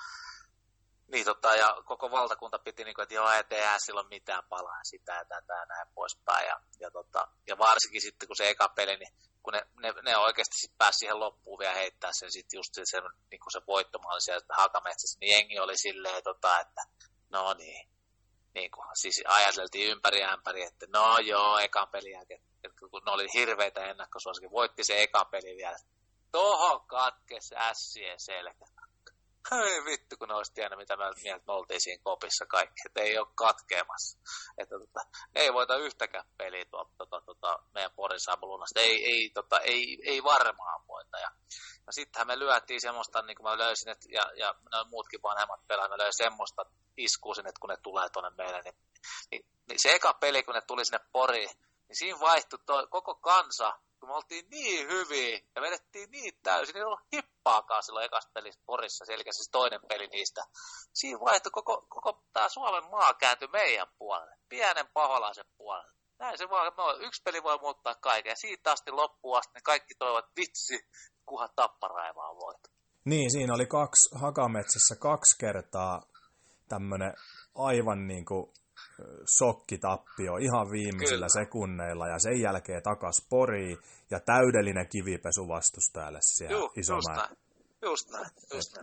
ja koko valtakunta piti, niin kuin, että joo, ei tehdä silloin mitään palaa sitä ja tätä ja näin poispäin. Ja varsinkin sitten, kun se eka peli, niin kun ne oikeasti sitten pääsi siihen loppuun vielä heittää sen sitten just sen, niin kuin se voittomaali siellä Hakametsässä, niin jengi oli silleen, että no niin kuin, siis ajateltiin ympäri ämpäri, että no joo, ekan pelin jälkeen, kun ne oli hirveitä ennakkosuosikin, voitti se eka peli vielä. Tohon katkesi ässien selkä. Hei vittu, kun ne olisi tiennyt, mitä mieltä me oltiin siinä kopissa kaikki, että ei ole katkeamassa. Että ei voita yhtäkään peliä meidän Porin Sabulunasta, ei varmaan voita. Ja sittenhän me lyötiin semmoista, niin kuin mä löysin, ja muutkin vanhemmat pelaajat, me löysin semmoista iskua sinne, että kun ne tulee tuonne meille, niin se eka peli, kun ne tuli sinne Poriin, niin siinä vaihtui koko kansa, kun me oltiin niin hyviä ja vedettiin niin täysin, niin ei ollut hippaakaan silloin ekassa pelissä Porissa, se eli siis toinen peli niistä. Siinä vaihtui koko tämä Suomen maa kääntyi meidän puolelle, pienen paholaisen puolelle. Näin se vaan, yksi peli voi muuttaa kaiken ja siitä asti loppuun asti ne kaikki toivat vitsi, kunhan Tappara ei vaan voita. Niin, siinä oli Hakametsässä 2 kertaa tämmöinen aivan niin kuin shokkitappio ihan viimeisillä sekunneilla ja sen jälkeen takas Poriin ja täydellinen kivipesu vastustajalle siellä Isomäellä. Just näin.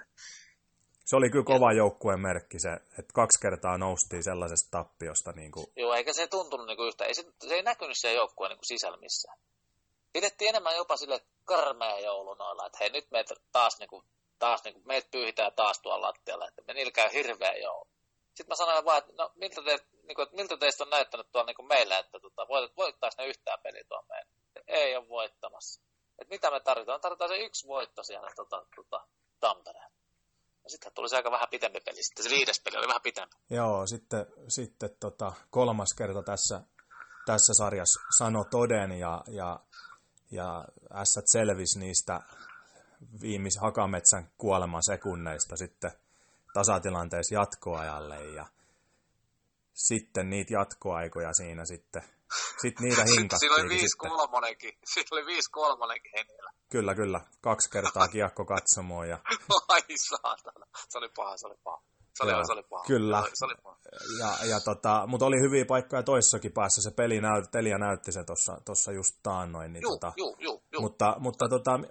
Se oli kyllä kova joukkueen merkki se, että 2 kertaa noustiin sellaisesta tappiosta. Niin kuin... Joo, eikä se tuntunut niin kuin yhtään. Se ei näkynyt siellä joukkueen niin kuin sisällä missään. Pidettiin enemmän jopa sille karmea joulunoilla, että hei nyt meitä taas meitä pyyhitään taas tuolla lattialla, että me niillä käy hirveä joulu. Sitten mä sanoin vaan, että no miltä teistä on näyttänyt tuolla niin meillä, että voittaako ne yhtään peliä tuolla meillä? Ei ole voittamassa. Et mitä me tarvitaan? Tarvitaan se 1 voitto siellä Tampereen. Ja sitten tuli se aika vähän pitempi peli. Sitten se 5. peli oli vähän pitempi. Joo, sitten 3. kerta tässä sarjassa sanoi toden ja ässät selvisi niistä Hakametsän kuoleman sekunneista sitten tasatilanteessa jatkoajalle ja sitten niitä jatkoaikoja siinä sitten niitä hinkattiin. Siinä oli 5-3 hengellä. Kyllä. 2 kertaa kiekko katsomoon. Ja... Ai saatana, se oli paha. Se oli paha. Kyllä, se oli paha. Mutta oli hyviä paikkoja toissakin päässä, se Telia näytti se tuossa just taannoin. Niin Juu. Mutta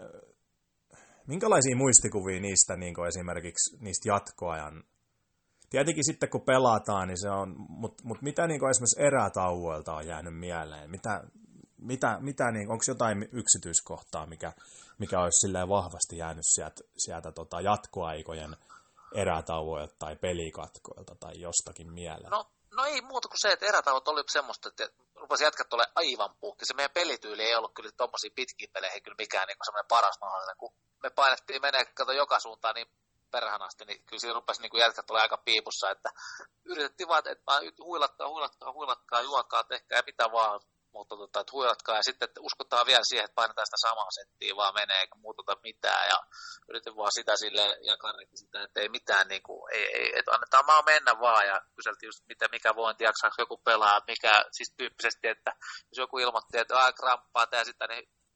minkälaisia muistikuvia niistä niin esimerkiksi niistä jatkoajan? Tietenkin sitten kun pelataan, niin se on, mutta mitä niin esimerkiksi erätauoilta on jäänyt mieleen? Mitä niin, onko jotain yksityiskohtaa, mikä olisi silleen vahvasti jäänyt sieltä jatkoaikojen erätauoilta tai pelikatkoilta tai jostakin mieleen? No ei muuta kuin se, että erätauot oli semmoista, että rupesi jätkät olemaan aivan puhki. Se meidän pelityyli ei ollut kyllä tommosia pitkiä pelejä kyllä mikään niin semmoinen paras mahdollinen, kun me painettiin joka suuntaan niin perhanasti, niin kyllä siinä rupesi niin jätkät olemaan aika piipussa, että yritettiin vaan, että huilatkaa, juokaa, tehkää ja mitä vaan, mutta että huilatkaa ja sitten että uskotaan vielä siihen, että painetaan sitä samaa settiä vaan menee eikä muuteta mitään ja yritin vaan sitä silleen ja Karrikin sitä, että ei mitään niin kuin, että annetaan vaan mennä vaan ja kyseltiin just mikä vointi, jaksaako joku pelaa, mikä siis tyyppisesti, että jos joku ilmoitti, että kramppaa tää sitä, niin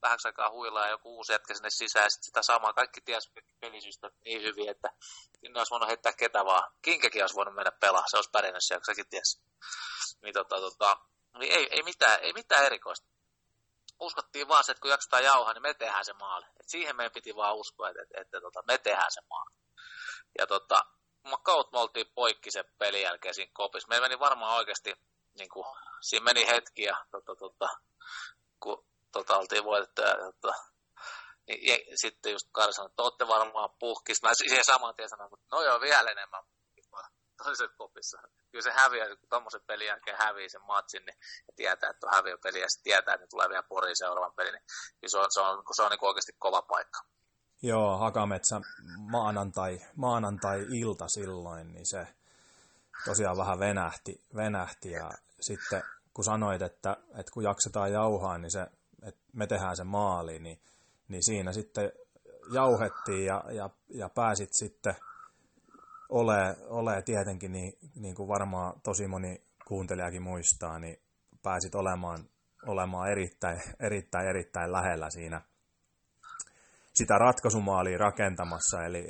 vähäksi aikaa huilaa ja joku uusi jätkä sinne sisään, ja sitten sitä samaa, kaikki ties pelisystä niin hyvin, että ne olisi voinut heittää ketä vaan. Kinkäkin olisi voinut mennä pelaa, se olisi pärjännyt siellä, kun sekin ties. Niin, niin ei mitään erikoista. Uskottiin vaan se, että kun jaksetaan jauhaa, niin me tehdään se maali. Et siihen meidän piti vaan uskoa, että me tehdään se maali. Ja me oltiin poikki sen pelin jälkeen siinä kopissa. Meillä meni varmaan oikeasti, niin kuin, siinä meni hetki ja kun oltiin voitettu niin sitten just Kari sanoi, että olette varmaan puhkis. Mä siihen saman tien sanoin, että no joo, vielä enemmän toisessa kopissa. Kyllä se häviää, kun tommosen pelin jälkeen hävii sen matsin, niin ja tietää, että on häviöpeli ja sitten tietää, että ne tulee vielä Poriin seuraavan pelin, niin se on niin oikeasti kova paikka. Joo, Hakametsä maanantai-ilta silloin, niin se tosiaan vähän venähti ja sitten kun sanoit, että kun jaksetaan jauhaa, niin se, että me tehdään se maali, niin siinä sitten jauhettiin ja pääsit sitten ole tietenkin, niin kuin varmaan tosi moni kuuntelijakin muistaa, niin pääsit olemaan erittäin lähellä siinä sitä ratkaisumaalia rakentamassa, eli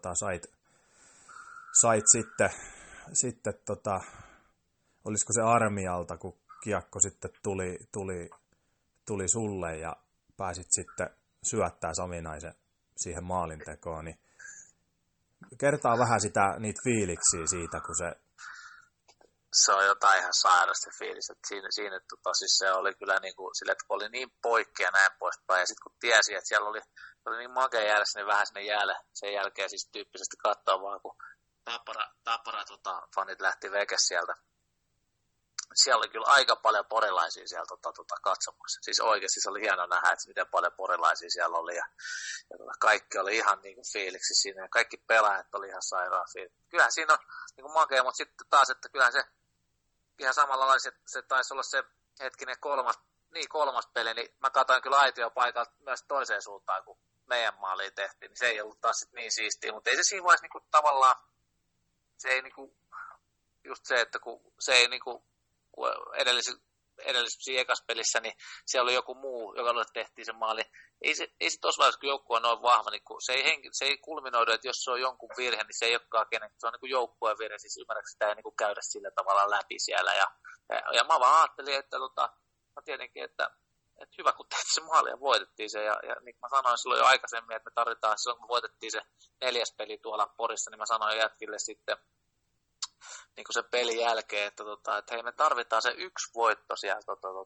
sait sitten olisiko se Armialta, kun kiekko sitten tuli sulle ja pääsit sitten syöttää Saminaisen siihen maalintekoon, niin kertaa vähän niitä fiiliksiä siitä, kun se on jotain ihan sairasta fiilis, että siinä siis se oli kyllä niin kuin sille, että kun oli niin poikki ja näin poispäin, ja sitten kun tiesi, että siellä oli niin makea jäädä sinne vähän sinne jäälle, sen jälkeen siis tyyppisesti katsoa vaan, kun Tappara fanit lähti veke sieltä. Siellä oli kyllä aika paljon porilaisia siellä katsomassa. Siis oikeasti se oli hieno nähdä, että miten paljon porilaisia siellä oli. Ja kaikki oli ihan niin kuin fiiliksi siinä. Ja kaikki pelaajat oli ihan sairaan fiiliksi. Kyllähän siinä on niin kuin makea, mutta sitten taas, että kyllähän se ihan samalla lailla, se taisi olla se hetkinen kolmas peli. Niin mä katsoin kyllä aitiopaikalta myös toiseen suuntaan, kun meidän maaliin tehtiin. Niin se ei ollut taas niin siistiä, mutta ei se siinä vaiheessa niin kuin tavallaan, se ei niin kuin, just se, että kun se ei niin kuin, edellisessä ekassa pelissä, niin siellä oli joku muu, joka tehtiin se maali. Ei se tuossa vaiheessa, kun joukkue on noin vahva, niin se ei kulminoidu, että jos se on jonkun virhe, niin se ei olekaan kenen. Se on niin joukkueen virhe, siis ymmärrätkö sitä ei niin käydä sillä tavalla läpi siellä. Ja mä vaan ajattelin, että tietenkin, että hyvä kun tehtiin se maali ja voitettiin se. Ja niin kuin mä sanoin silloin jo aikaisemmin, että me tarvitaan, silloin kun voitettiin se 4. peli tuolla Porissa, niin mä sanoin jätkille sitten, niin kuin sen pelin jälkeen, että hei, me tarvitaan se 1 voitto siellä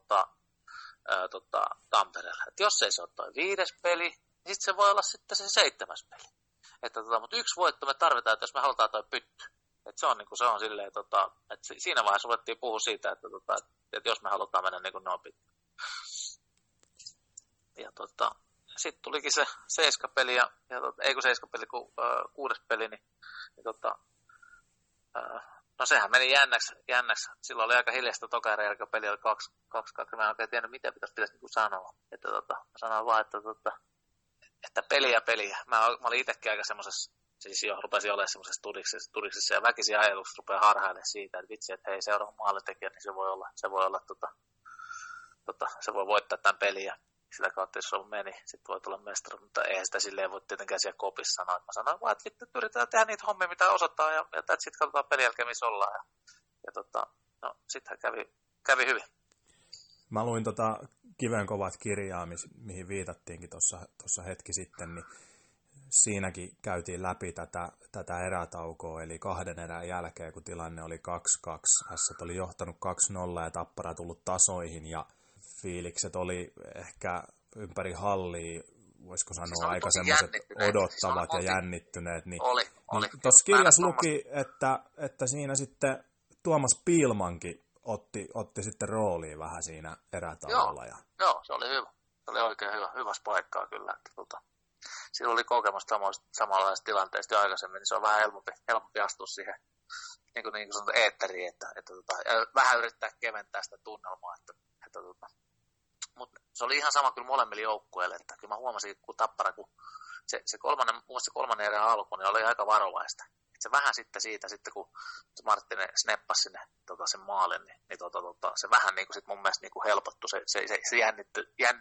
Tampereella. Että jos ei se ole toi 5. peli, niin sitten se voi olla sitten se 7. peli. Mutta 1 voitto me tarvitaan, että jos me halutaan toi pytty. Että se on niin kuin se on silleen, että siinä vaiheessa ruvettiin puhua siitä, että jos me halutaan mennä niin kuin noin pitkä. Ja sitten tulikin se 7. peli, ei kun 7. peli, kun 6. peli, niin no sehän meni jännäksi. Silloin oli aika hiljaista toka erä, jälkeen peli oli 2-2. Mä en oikein tiennyt, mitä pitäisi niinku sanoa. Että mä sanoin vaan, että peliä. Mä olin itsekin aika semmosessa, siis jo rupesin olemaan semmosessa tudiksessa ja väkisin ajatukset rupeaa harhailemaan siitä, että vitsi, että hei, seuraava maalintekijä, niin se voi voittaa tämän pelin. Sitä kautta, jos on meni, sitten voi tulla mestari, mutta eihän sitä silleen voi tietenkään siellä kopissa sanoa. Mä sanoin vaan, että yritetään tehdä niitä hommia, mitä osataan, ja sitten katsotaan pelin jälkeen, missä ollaan. No, sittenhän kävi hyvin. Mä luin Kiven kovat kirjaa, mihin viitattiinkin tuossa hetki sitten, niin siinäkin käytiin läpi tätä erätaukoa, eli 2 erän jälkeen, kun tilanne oli 2-2. Ässät oli johtanut 2-0 ja Tappara tullut tasoihin, ja fiilikset oli ehkä ympäri hallia, voisiko sanoa, aika semmoiset odottavat ja jännittyneet. Niin, oli. Tuossa kirjassa luki, että siinä sitten Tuomas Piilmankin otti sitten roolia vähän siinä erätauolla. Joo, se oli hyvä. Se oli oikein hyvässä paikkaa kyllä. Sillä oli kokemusta samanlaisista tilanteista jo aikaisemmin, niin se on vähän helpompi astua siihen niin kuin sanotaan eetteriin, että vähän yrittää keventää sitä tunnelmaa. Mutta se oli ihan sama kyllä molemmille joukkueille, että kyllä mä huomasin, kun Tappara, kun se 3. erän alku, niin oli aika varovaista. Et se vähän sitten kun Marttinen snappasi sinne sen maalin, niin se vähän niin kuin sit mun mielestä niin kuin helpottui, se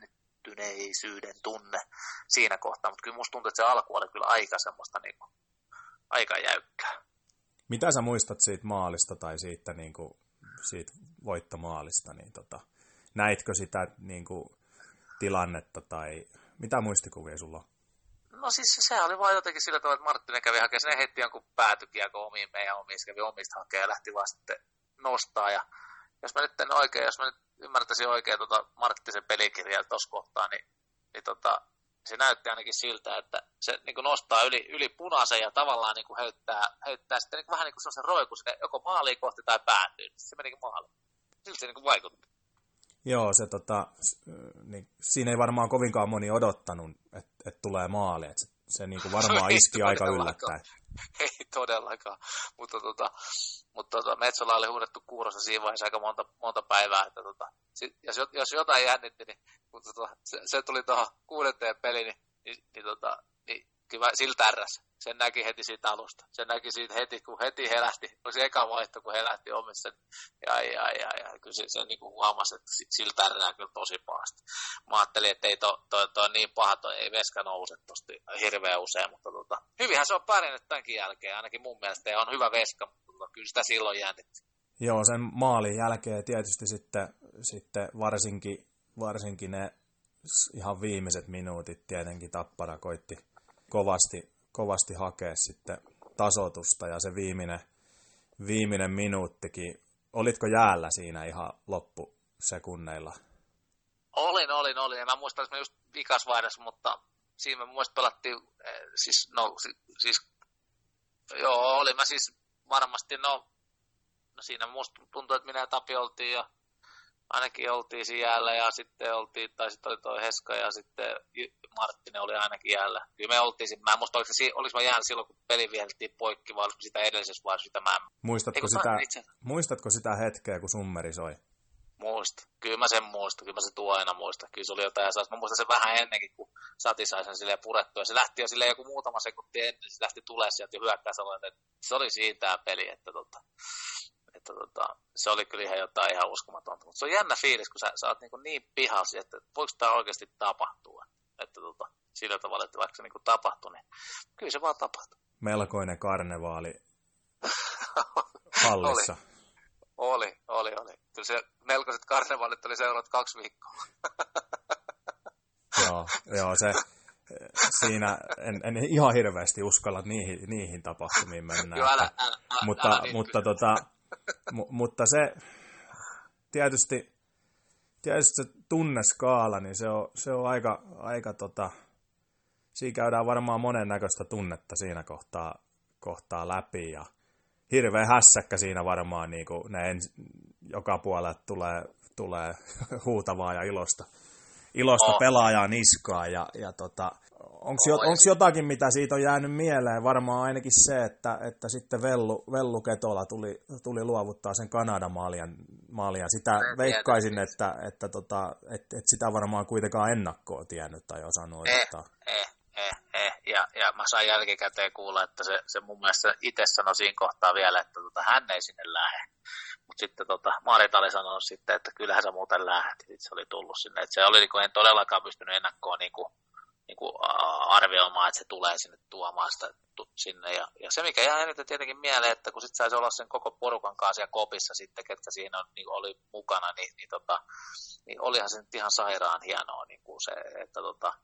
märkästyneisyyden tunne siinä kohtaa, mutta kyllä musta tuntuu, että se alku oli kyllä aika semmoista niin kuin, aika jäykkää. Mitä sä muistat siitä maalista tai siitä, niin kuin, siitä voittomaalista? Niin näitkö sitä niin kuin, tilannetta tai mitä muistikuvia sulla on? No siis se oli vaan jotenkin sillä tavalla, että Marttinen kävi hakemaan, sen heitti jonkun päätykiekko omiin meidän omista, kävi omista hakemaan ja lähti vaan sitten nostaa. Ja jos mä nyt ymmärtäisin oikein Marttisen pelikirjaa tuossa kohtaa, niin se näytti ainakin siltä, että se niin kuin nostaa yli punaisen ja tavallaan niin kuin heittää sitten niin kuin vähän niin kuin sellaisen roikun, joko maaliin kohti tai päätyy. Se menikin maaliin. Siltä se niin kuin vaikutti. Joo, se niin, siinä ei varmaan kovinkaan moni odottanut, että tulee maali. Se niin kuin varmaan iski aika yllättäen. Ei todellakaan, mutta Metsola oli huudettu kuurossa siinä vaiheessa aika monta päivää, että jos jotain jännitti, niin kun se tuli tuohon 6. peliin, niin kyllä sillä tärräs. Sen näki heti siitä alusta. Sen näki siitä heti, kun heti helähti. Oli se eka vaihto, kun helähti omissa. Ja kyllä se niin kuin huomasi, että sillä tärrää kyllä tosi pahasti. Mä ajattelin, että ei toi niin paha, ei veska nouse tosta hirveän usein, mutta hyvinhän se on pärjännyt tämänkin jälkeen. Ainakin mun mielestä ja on hyvä veska, mutta kyllä sitä silloin jännitti. Joo, sen maalin jälkeen tietysti sitten varsinkin ne ihan viimeiset minuutit tietenkin Tappara koitti kovasti hakea sitten tasoitusta ja se viimeinen minuuttikin. Olitko jäällä siinä ihan loppusekunneilla? Olin. En mä muista, että me just vikasvaihdassa, mutta siinä me muista pelattiin, olin mä siis varmasti, siinä musta tuntui, että minä ja Tapi oltiin ja ainakin oltiin siinä jäällä ja sitten oli toi Heska ja sitten Marttinen oli ainakin jäällä. Kyllä me oltiin siinä. Mä en muista, oliko mä jäällä silloin, kun peli viheltiin poikki, vai olisiko sitä edellisessä vaiheessa sitä mä... Muistatko sitä hetkeä, kun summeri soi? Muista. Kyllä mä sen muistan. Kyllä mä se tuo aina muista. Kyllä se oli jotain. Mä muistan sen vähän ennenkin, kun Sati sai sen silleen purettua. Se lähti jo silleen joku muutama sekunti ennen. Se lähti tulee sieltä jo hyökkäysaloille. Se oli siinä tää peli, että se oli kyllä ihan uskomatonta. Mutta se on jännä fiilis, kun sä oot niin pihasi, että voiko tämä oikeasti tapahtua. Että sillä tavalla, että vaikka se niin tapahtui, niin kyllä se vaan tapahtui. Melkoinen karnevaali hallissa. Oli. Kyllä se melkoiset karnevaalit oli seuraavat 2 viikkoa. Joo, se siinä en ihan hirveästi uskalla niihin tapahtumiin mennä. Joo, älä, mutta se tietysti se tunneskaala, niin se on aika siinä käydään varmaan monennäköistä tunnetta siinä kohtaa läpi ja hirveä hässäkkä siinä varmaan niin kuin joka puolelle tulee huutavaa ja ilosta pelaajaa niskaa ja onko jotakin, mitä siitä on jäänyt mieleen? Varmaan ainakin se, että sitten Vellu Ketola tuli luovuttaa sen Kanadan maalin. Sitä veikkaisin, että sitä varmaan kuitenkaan ennakkoon tiennyt tai osannut odottaa. Ja mä sain jälkikäteen kuulla, että se mun mielestä itse sanoi siinä kohtaa vielä, että hän ei sinne lähde. Mutta sitten Marita oli sanonut sitten, että kyllähän sä muuten lähdet. Sitten se oli tullut sinne. Et se oli en todellakaan pystynyt ennakkoon arvioimaan, että se tulee sinne tuomaan sitä sinne. Ja se, mikä jää eniten tietenkin mieleen, että kun sitten saisi olla sen koko porukan kanssa ja kopissa sitten, ketkä siinä oli mukana, niin olihan se nyt ihan sairaan hienoa se, että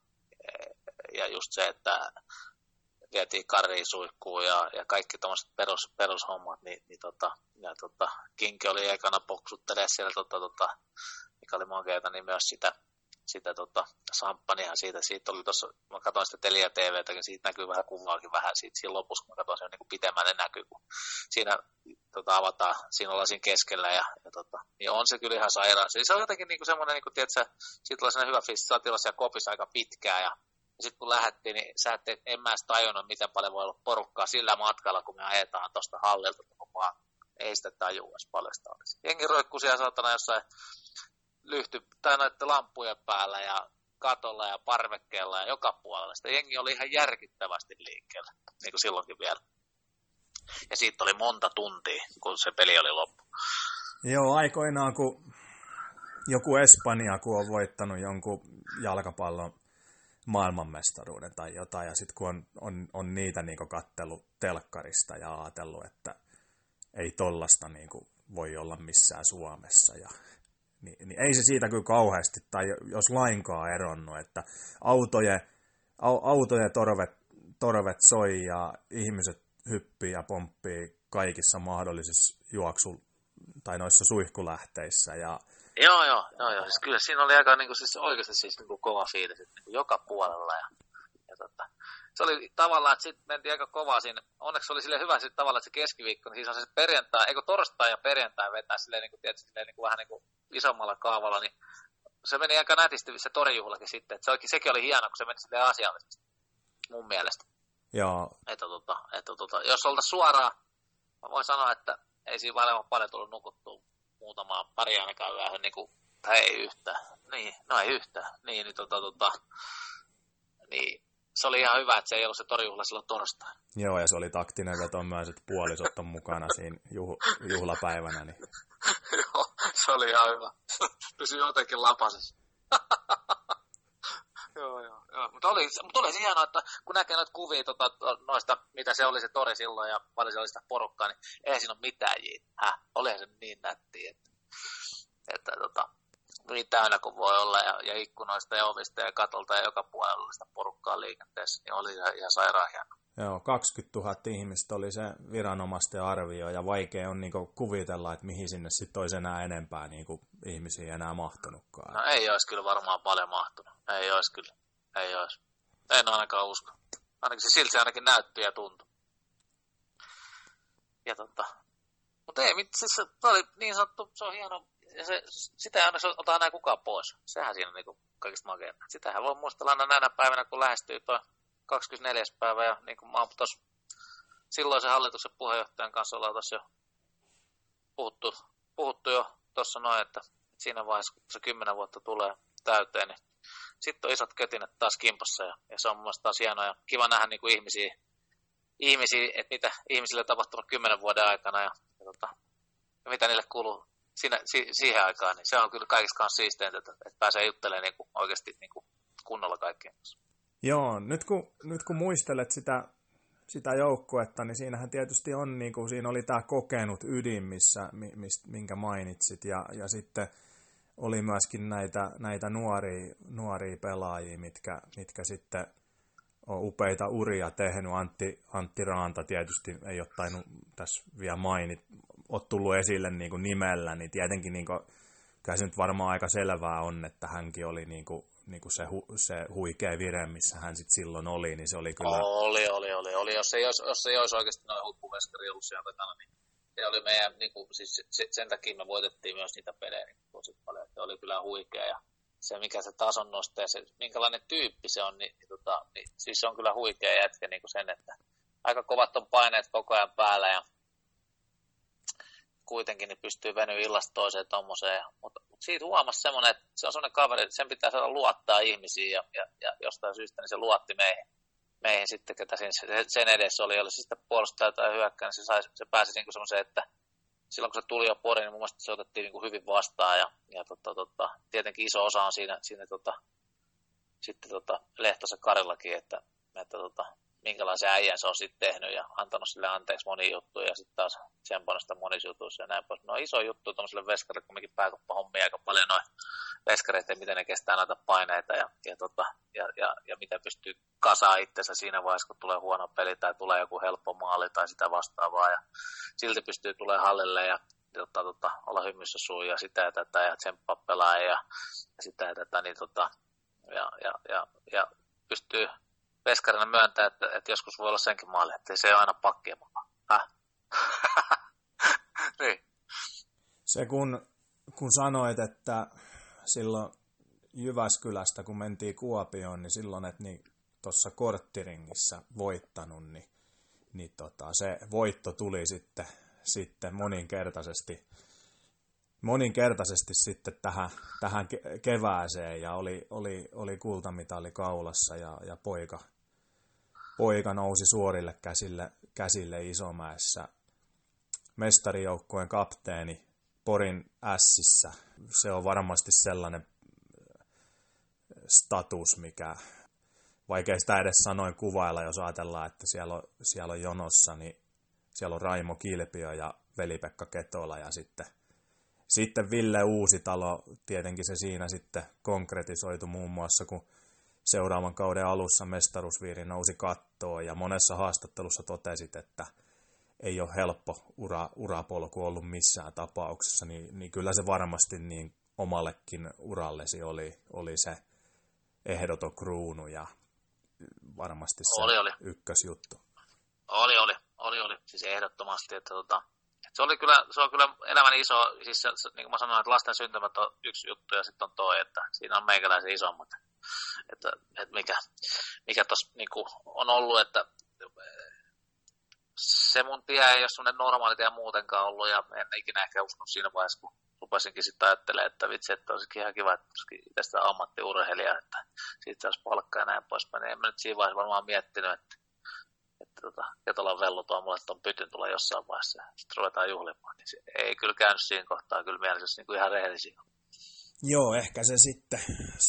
ja just se, että vietiin karriisuihkuun ja kaikki tommoset perushommat, Kinki oli ekana poksuttelemaan siellä, mikä oli makeeta, niin myös sitä samppania siitä oli tuossa, mä katsoin sitä Telia TV:täkin, siitä näkyy vähän kuvaakin vähän siitä siinä lopussa, kun mä katsoin, se on niin pitemmälle näkyy, kun siinä avataan, siinä ollaan siinä keskellä niin on se kyllä ihan sairaan. Se on jotenkin niin semmoinen, niin tiedätkö, siitä oli sellainen hyvä fiilis, sä oot olla siellä kopissa aika pitkään ja sitten kun lähdettiin, niin en mä edes tajunnut, miten paljon voi olla porukkaa sillä matkalla, kun me ajetaan tuosta hallilta vaan. Ei sitä tajua edes paljon sitä olisi. Jengi roikkuu siellä saatana jossain tai noiden lampujen päällä ja katolla ja parvekkeella ja joka puolella. Sitä jengi oli ihan järkittävästi liikkeellä, niin kuin silloinkin vielä. Ja siitä oli monta tuntia, kun se peli oli loppu. Joo, aikoinaan kun joku Espanja, kun on voittanut jonkun jalkapallon maailmanmestaruuden tai jotain, ja sitten kun on niitä niinku kattellut telkkarista ja ajatellut, että ei tollasta niinku voi olla missään Suomessa, niin ei se siitä kyllä kauheasti, tai jos lainkaan eronnut, että autojen torvet soi ja ihmiset hyppii ja pomppii kaikissa mahdollisissa tai noissa suihkulähteissä. Joo. Siis kyllä siinä oli aika niinku, siis oikeasti siis niinku kova fiilis niinku joka puolella. Ja se oli tavallaan, että sitten mentiin aika kovaa siinä. Onneksi oli silleen hyvä sitten tavallaan, että se keskiviikko, niin siis on se perjantai, eikö torstai ja perjantai vetää silleen niinku, tietysti silleen niinku vähän niinku isommalla kaavalla, niin se meni aika nätisti se torijuhlakin sitten. Että sekin oli hieno, kun se meni silleen asiallisesti mun mielestä. Joo. Että jos oltaisiin suoraan, mä voin sanoa, että ei siinä paljon tullut nukuttua muutamaa pari ainakaan vähän niinku, tai ei yhtään. Niin, no ei yhtään. Niin se oli ihan hyvä, että se ei ollut se torijuhla silloin torstaina. Joo, ja se oli taktinen veto myös, että puolisot on mukana siinä juhlapäivänä. Niin. Joo, se oli ihan hyvä. Pysyi jotenkin lapasessa. Joo. Mutta oli se hienoa, että kun näkee noita kuvia noista, mitä se oli se tori silloin ja paljon se oli sitä porukkaa, niin ei siinä ole mitään jiitä. Olihan se niin nättiä, että niin täynnä kuin voi olla ja ikkunoista ja ovista ja katolta ja joka puolella sitä porukkaa liikenteessä, niin oli ihan sairaan hieno. Joo, 20 000 ihmistä oli se viranomaisten arvio ja vaikea on niinku kuvitella, että mihin sinne sitten olisi enää enempää niinku ihmisiä enää mahtunutkaan. No ei olisi kyllä varmaan paljon mahtunut. Ei olisi kyllä. Ei olisi. En ainakaan usko. Ainakin se silti ainakin näytti ja tuntui. Ja mutta ei, siis se oli niin sanottu, se on hieno. Ja sitä ei aina ota enää kukaan pois. Sehän siinä on niinku kaikista makeinta. Sitähän voi muistella aina näinä päivinä, kun lähestyy tuo 24. päivä. Ja niin kuin mä oon tuossa silloisen hallituksen puheenjohtajan kanssa ollaan tuossa jo puhuttu jo tuossa noin, että siinä vaiheessa, kun se 10 vuotta tulee täyteen, niin sitten on isot kötinät taas kimpassa. Ja se on mun mielestä taas hienoa ja kiva nähdä niinku ihmisiä, että mitä ihmisille tapahtunut 10 vuoden aikana ja mitä niille kuuluu siihen aikaan, niin se on kyllä kaikista kanssa siisteintä, että pääsee juttelemaan niinku oikeasti niinku kunnolla kaikkien kanssa. Joo, nyt kun muistelet sitä joukkuetta, niin siinähän tietysti on, niinku, siinä oli tämä kokenut ydin, minkä mainitsit, ja sitten oli myöskin näitä nuoria pelaajia, mitkä sitten on upeita uria tehnyt. Antti Raanta tietysti ei ole tainnut tässä vielä ole tullut esille niin kuin nimellä, niin tietenkin niin kuin, kyllä se nyt varmaan aika selvää on, että hänkin oli niin kuin se huikea vire, missä hän sitten silloin oli, niin se oli kyllä... Oli. Jos ei olisi oikeasti noin huippuveskari ollut siellä takana, niin se oli meidän, niin kuin, siis sen takia me voitettiin myös niitä pelejä niin tosi paljon, että oli kyllä huikea ja se mikä se tason nostaa ja se minkälainen tyyppi se on, niin siis se on kyllä huikea jätkä niin kuin sen, että aika kovat on paineet koko ajan päällä ja kuitenkin niin pystyy venyä illasta toiseen tommoseen. Mutta siitä huomasi semmoinen, että se on semmoinen kaveri, että sen pitää saada luottaa ihmisiin ja jostain syystä niin se luotti meihin sitten, ketä sen edessä oli se sitten puolustaja tai hyökkää, niin se pääsi niin kuin semmoiseen, että silloin kun se tuli jo Poriin, niin mun mielestä se otettiin niin kuin hyvin vastaan ja tietenkin iso osa on siinä sitten Lehtosen Karillakin, että minkälaisen äijän se on sitten tehnyt ja antanut sille anteeksi moni juttuja ja sitten taas tsempannut sitä monissa jutuissa ja näin pois. No iso juttu tuollaiselle veskarille, kumminkin pääkoppahommia aika paljon noin veskareita, miten ne kestää näitä paineita ja miten pystyy kasaa itsensä siinä vaiheessa, kun tulee huono peli tai tulee joku helppo maali tai sitä vastaavaa ja silti pystyy tulemaan hallille ja olla hymyssä suun ja sitä ja tätä ja tsemppaa pelaajia ja sitä ja tätä niin ja pystyy veskarina myöntää, että joskus voi olla senkin maali, että se ei ole aina pakkien mukaan. Niin. Se kun sanoit, että silloin Jyväskylästä, kun mentiin Kuopioon, niin silloin, että niin tuossa korttiringissä voittanut, niin se voitto tuli sitten moninkertaisesti sitten tähän kevääseen ja oli kultamitali kaulassa ja poika nousi suorille käsille Isomäessä. Mestarijoukkueen kapteeni Porin Ässissä. Se on varmasti sellainen status, mikä vaikea sitä edes sanoin kuvailla, jos ajatellaan, että siellä on jonossa, niin siellä on Raimo Kilpiö ja Veli-Pekka Ketola ja sitten Ville Uusitalo, tietenkin se siinä sitten konkretisoitu muun muassa, kun seuraavan kauden alussa mestaruusviiri nousi kattoon ja monessa haastattelussa totesit, että ei ole helppo urapolku ollut missään tapauksessa, niin kyllä se varmasti niin omallekin urallesi oli se ehdoton kruunu ja varmasti se oli. ykkösjuttu. Oli. Siis ehdottomasti, että se on kyllä elämän iso, siis niin kuin mä sanoin, että lasten syntymät on yksi juttu ja sitten on toi, että siinä on meikäläisen isommat. Että mikä tuossa niin on ollut, että se mun tie ei ole semmoinen normaali tie muutenkaan ollut ja en ikinä ehkä uskonut siinä vaiheessa, kun rupesinkin sitten ajattelemaan, että vitsi, että olisikin ihan kiva, että olisikin itse ammattiurheilija, että siitä saisi palkkaa ja näin poispäin. En mä nyt siinä vaiheessa varmaan miettinyt, että Ketolan vellu tuo mulle tuon pytyn tulee jossain vaiheessa ja sitten ruvetaan juhlimaan. Niin se ei kyllä käynyt siinä kohtaa kyllä mielessä niin ihan rehellisiä. Joo, ehkä se sitten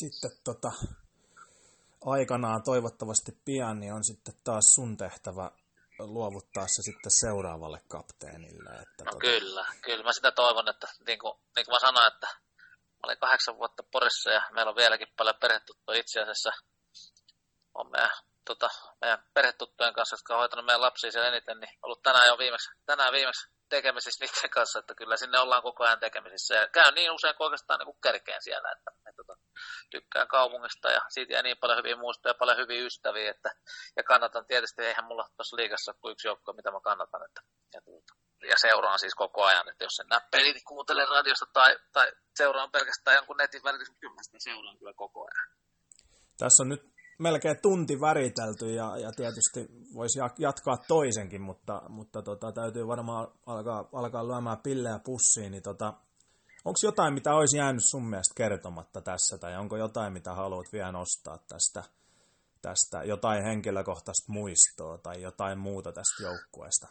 aikanaan toivottavasti pian niin on sitten taas sun tehtävä luovuttaa se sitten seuraavalle kapteenille. Että Kyllä mä sitä toivon, että niin kuin mä sanoin, että mä olin 8 vuotta Porissa ja meillä on vieläkin paljon perhetuttuja itse asiassa. On meidän perhetuttujen kanssa, jotka on hoitanut meidän lapsia siellä eniten, niin ollut tänään viimeksi tekemisissä niiden kanssa, että kyllä sinne ollaan koko ajan tekemisissä. Ja käyn niin usein kuin oikeastaan niin kuin kärkeen siellä, että tykkään kaupungista ja siitä jää niin paljon hyviä muistoja ja paljon hyviä ystäviä. Ja kannatan tietysti, eihän mulla tuossa liigassa kuin yksi joukko, mitä mä kannatan. Ja seuraan siis koko ajan, että jos en näe peliä, niin kuuntelen radiosta tai seuraan pelkästään jonkun netin välityksellä, kyllä sitä seuraan kyllä koko ajan. Tässä on nyt melkein tunti väritelty ja tietysti voisi jatkaa toisenkin, mutta täytyy varmaan alkaa lyömään pillejä pussiin. Niin onko jotain, mitä olisi jäänyt sun mielestä kertomatta tässä, tai onko jotain, mitä haluat vielä nostaa tästä jotain henkilökohtaista muistoa tai jotain muuta tästä joukkueesta?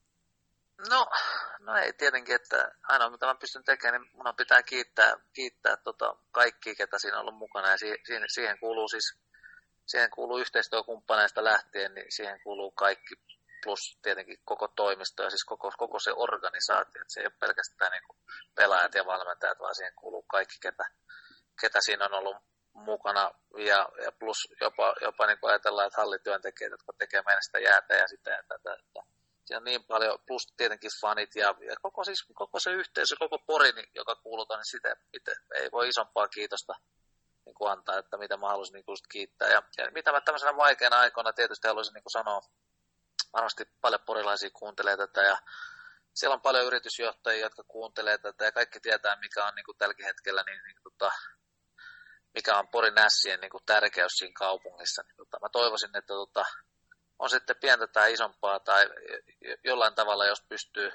No ei tietenkin, että ainoa mitä mä pystyn tekemään, niin mun pitää kiittää kaikkia, ketä siinä on ollut mukana, ja siihen kuuluu yhteistyökumppaneista lähtien, niin siihen kuuluu kaikki, plus tietenkin koko toimisto ja siis koko se organisaatio. Että se ei ole pelkästään niin kuin pelaajat ja valmentajat, vaan siihen kuuluu kaikki, ketä siinä on ollut mukana. Ja plus jopa niin kuin ajatellaan, että hallityöntekijät, jotka tekee meidän sitä jäätä ja sitä ja tätä. Siinä on niin paljon, plus tietenkin fanit ja koko se yhteisö, koko Pori, joka kuulutaan, niin sitä ei voi isompaa kiitosta niin kuin antaa, että mitä mä haluaisin niin kuin kiittää. Ja mitä mä tämmöisenä vaikeana aikoina tietysti haluaisin niin kuin sanoa, varmasti paljon porilaisia kuuntelee tätä ja siellä on paljon yritysjohtajia, jotka kuuntelee tätä ja kaikki tietää, mikä on niin kuin tälläkin hetkellä, mikä on Porin Ässien niin kuin tärkeys siinä kaupungissa. Niin, mä toivoisin, että on sitten pientä tai isompaa tai jollain tavalla, jos pystyy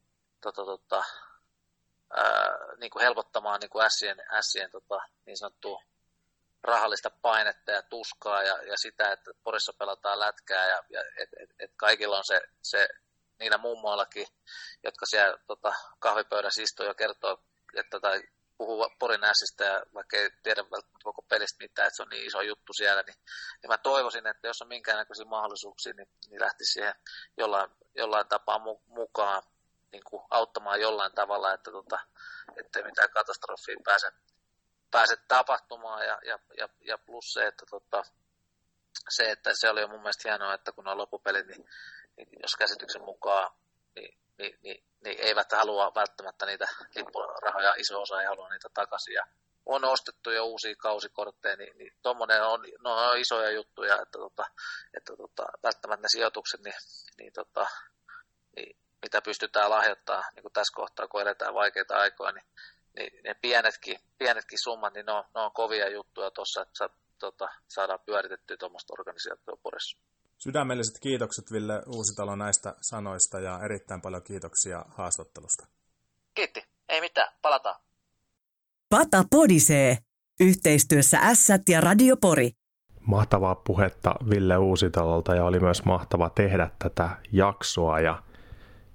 niin kuin helpottamaan niin kuin Ässien niin sanottua rahallista painetta ja tuskaa ja sitä, että Porissa pelataan lätkää ja et kaikilla on se niillä mummoillakin, jotka siellä kahvipöydässä istuu ja kertoo, tai puhuu Porin Ässistä ja vaikka ei tiedä välttämättä koko pelistä mitään, että se on niin iso juttu siellä, niin mä toivoisin, että jos on minkäännäköisiä mahdollisuuksia, niin lähtisi siihen jollain tapaa mukaan niin kuin auttamaan jollain tavalla, että ettei mitään katastrofia pääse tapahtumaan ja plus se, että se oli jo mun mielestä hienoa, että kun on loppupelit, niin jos käsityksen mukaan niin eivät halua välttämättä niitä lippurahoja, iso osa ei halua niitä takaisin ja on ostettu jo uusia kausikortteja, niin tuommoinen on isoja juttuja, että välttämättä ne sijoitukset, niin mitä pystytään lahjoittamaan niin kuin tässä kohtaa, kun eletään vaikeita aikoja, niin ne pienetkin summat, niin ne on kovia juttuja tuossa, että saadaan pyöritettyä tuommoista organisaatiota Porissa. Sydämelliset kiitokset Ville Uusitalo näistä sanoista ja erittäin paljon kiitoksia haastattelusta. Kiitti, ei mitään, palataan. Pata podisee. Yhteistyössä Ässät ja Radio Pori. Mahtavaa puhetta Ville Uusitalolta ja oli myös mahtava tehdä tätä jaksoa ja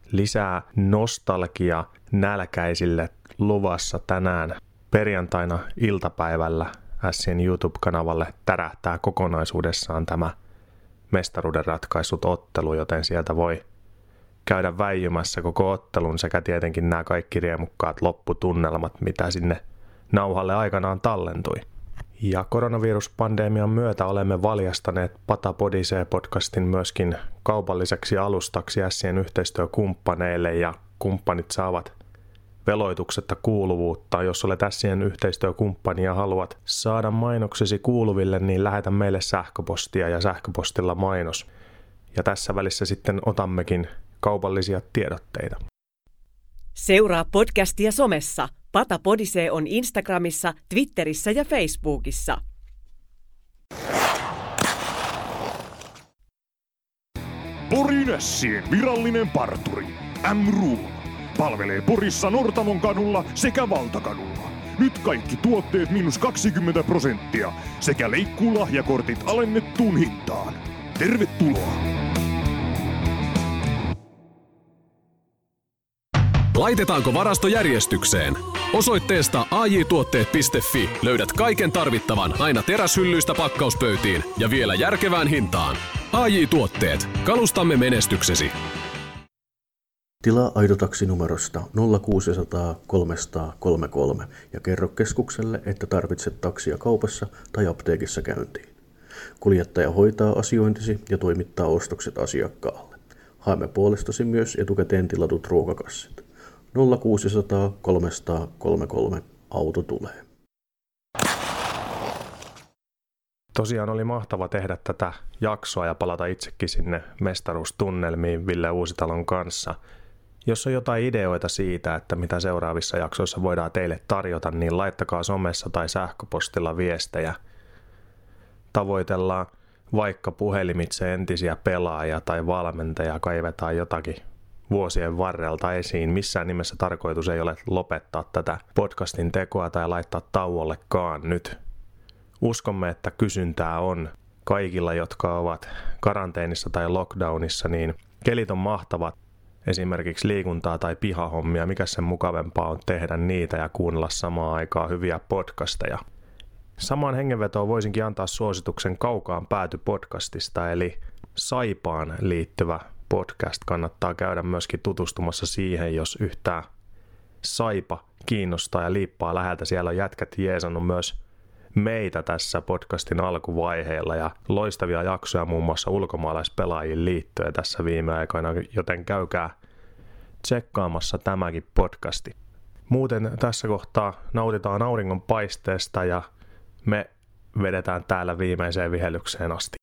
Lisää nostalgia nälkäisille luvassa tänään perjantaina iltapäivällä Ässien YouTube-kanavalle tärähtää kokonaisuudessaan tämä mestaruuden ratkaisut ottelu, joten sieltä voi käydä väijymässä koko ottelun sekä tietenkin nämä kaikki riemukkaat lopputunnelmat, mitä sinne nauhalle aikanaan tallentui. Ja koronaviruspandemian myötä olemme valjastaneet Pata Podisee-podcastin myöskin kaupalliseksi alustaksi Ässien yhteistyökumppaneille ja kumppanit saavat veloituksetta kuuluvuutta. Jos olet Ässien yhteistyökumppani ja haluat saada mainoksesi kuuluville, niin lähetä meille sähköpostia ja sähköpostilla mainos. Ja tässä välissä sitten otammekin kaupallisia tiedotteita. Seuraa podcastia somessa. Pata Podisee on Instagramissa, Twitterissä ja Facebookissa. Porin Ässien virallinen parturi, M-Room, palvelee Porissa Nortamon kadulla sekä Valtakadulla. Nyt kaikki tuotteet -20% sekä leikkuulahjakortit alennettuun hintaan. Tervetuloa! Laitetaanko varasto järjestykseen? Osoitteesta ajtuotteet.fi löydät kaiken tarvittavan aina teräshyllyistä pakkauspöytiin ja vielä järkevään hintaan. AJ Tuotteet. Kalustamme menestyksesi. Tilaa aito taksi numerosta 0600 300 33 ja kerro keskukselle, että tarvitset taksia kaupassa tai apteekissa käyntiin. Kuljettaja hoitaa asiointisi ja toimittaa ostokset asiakkaalle. Haemme puolestasi myös etukäteen tilatut ruokakassit. 0600 300 33 auto tulee. Tosiaan oli mahtava tehdä tätä jaksoa ja palata itsekin sinne mestaruustunnelmiin Ville Uusitalon kanssa. Jos on jotain ideoita siitä, että mitä seuraavissa jaksoissa voidaan teille tarjota, niin laittakaa somessa tai sähköpostilla viestejä. Tavoitellaan vaikka puhelimitse entisiä pelaajia tai valmentajia, kaivetaan jotakin vuosien varrelta esiin. Missään nimessä tarkoitus ei ole lopettaa tätä podcastin tekoa tai laittaa tauollekaan nyt. Uskomme, että kysyntää on kaikilla, jotka ovat karanteenissa tai lockdownissa, niin kelit on mahtavat. Esimerkiksi liikuntaa tai pihahommia, mikä sen mukavempaa on tehdä niitä ja kuunnella samaan aikaan hyviä podcasteja. Samaan hengenvetoon voisinkin antaa suosituksen Kaukaan pääty podcastista, eli Saipaan liittyvä podcast. Kannattaa käydä myöskin tutustumassa siihen, jos yhtään Saipa kiinnostaa ja liippaa läheltä. Siellä on jätkät jeesannut myös meitä tässä podcastin alkuvaiheilla ja loistavia jaksoja muun muassa ulkomaalaispelaajiin liittyen tässä viime aikoina, joten käykää tsekkaamassa tämäkin podcasti. Muuten tässä kohtaa nautitaan auringonpaisteesta ja me vedetään täällä viimeiseen vihellykseen asti.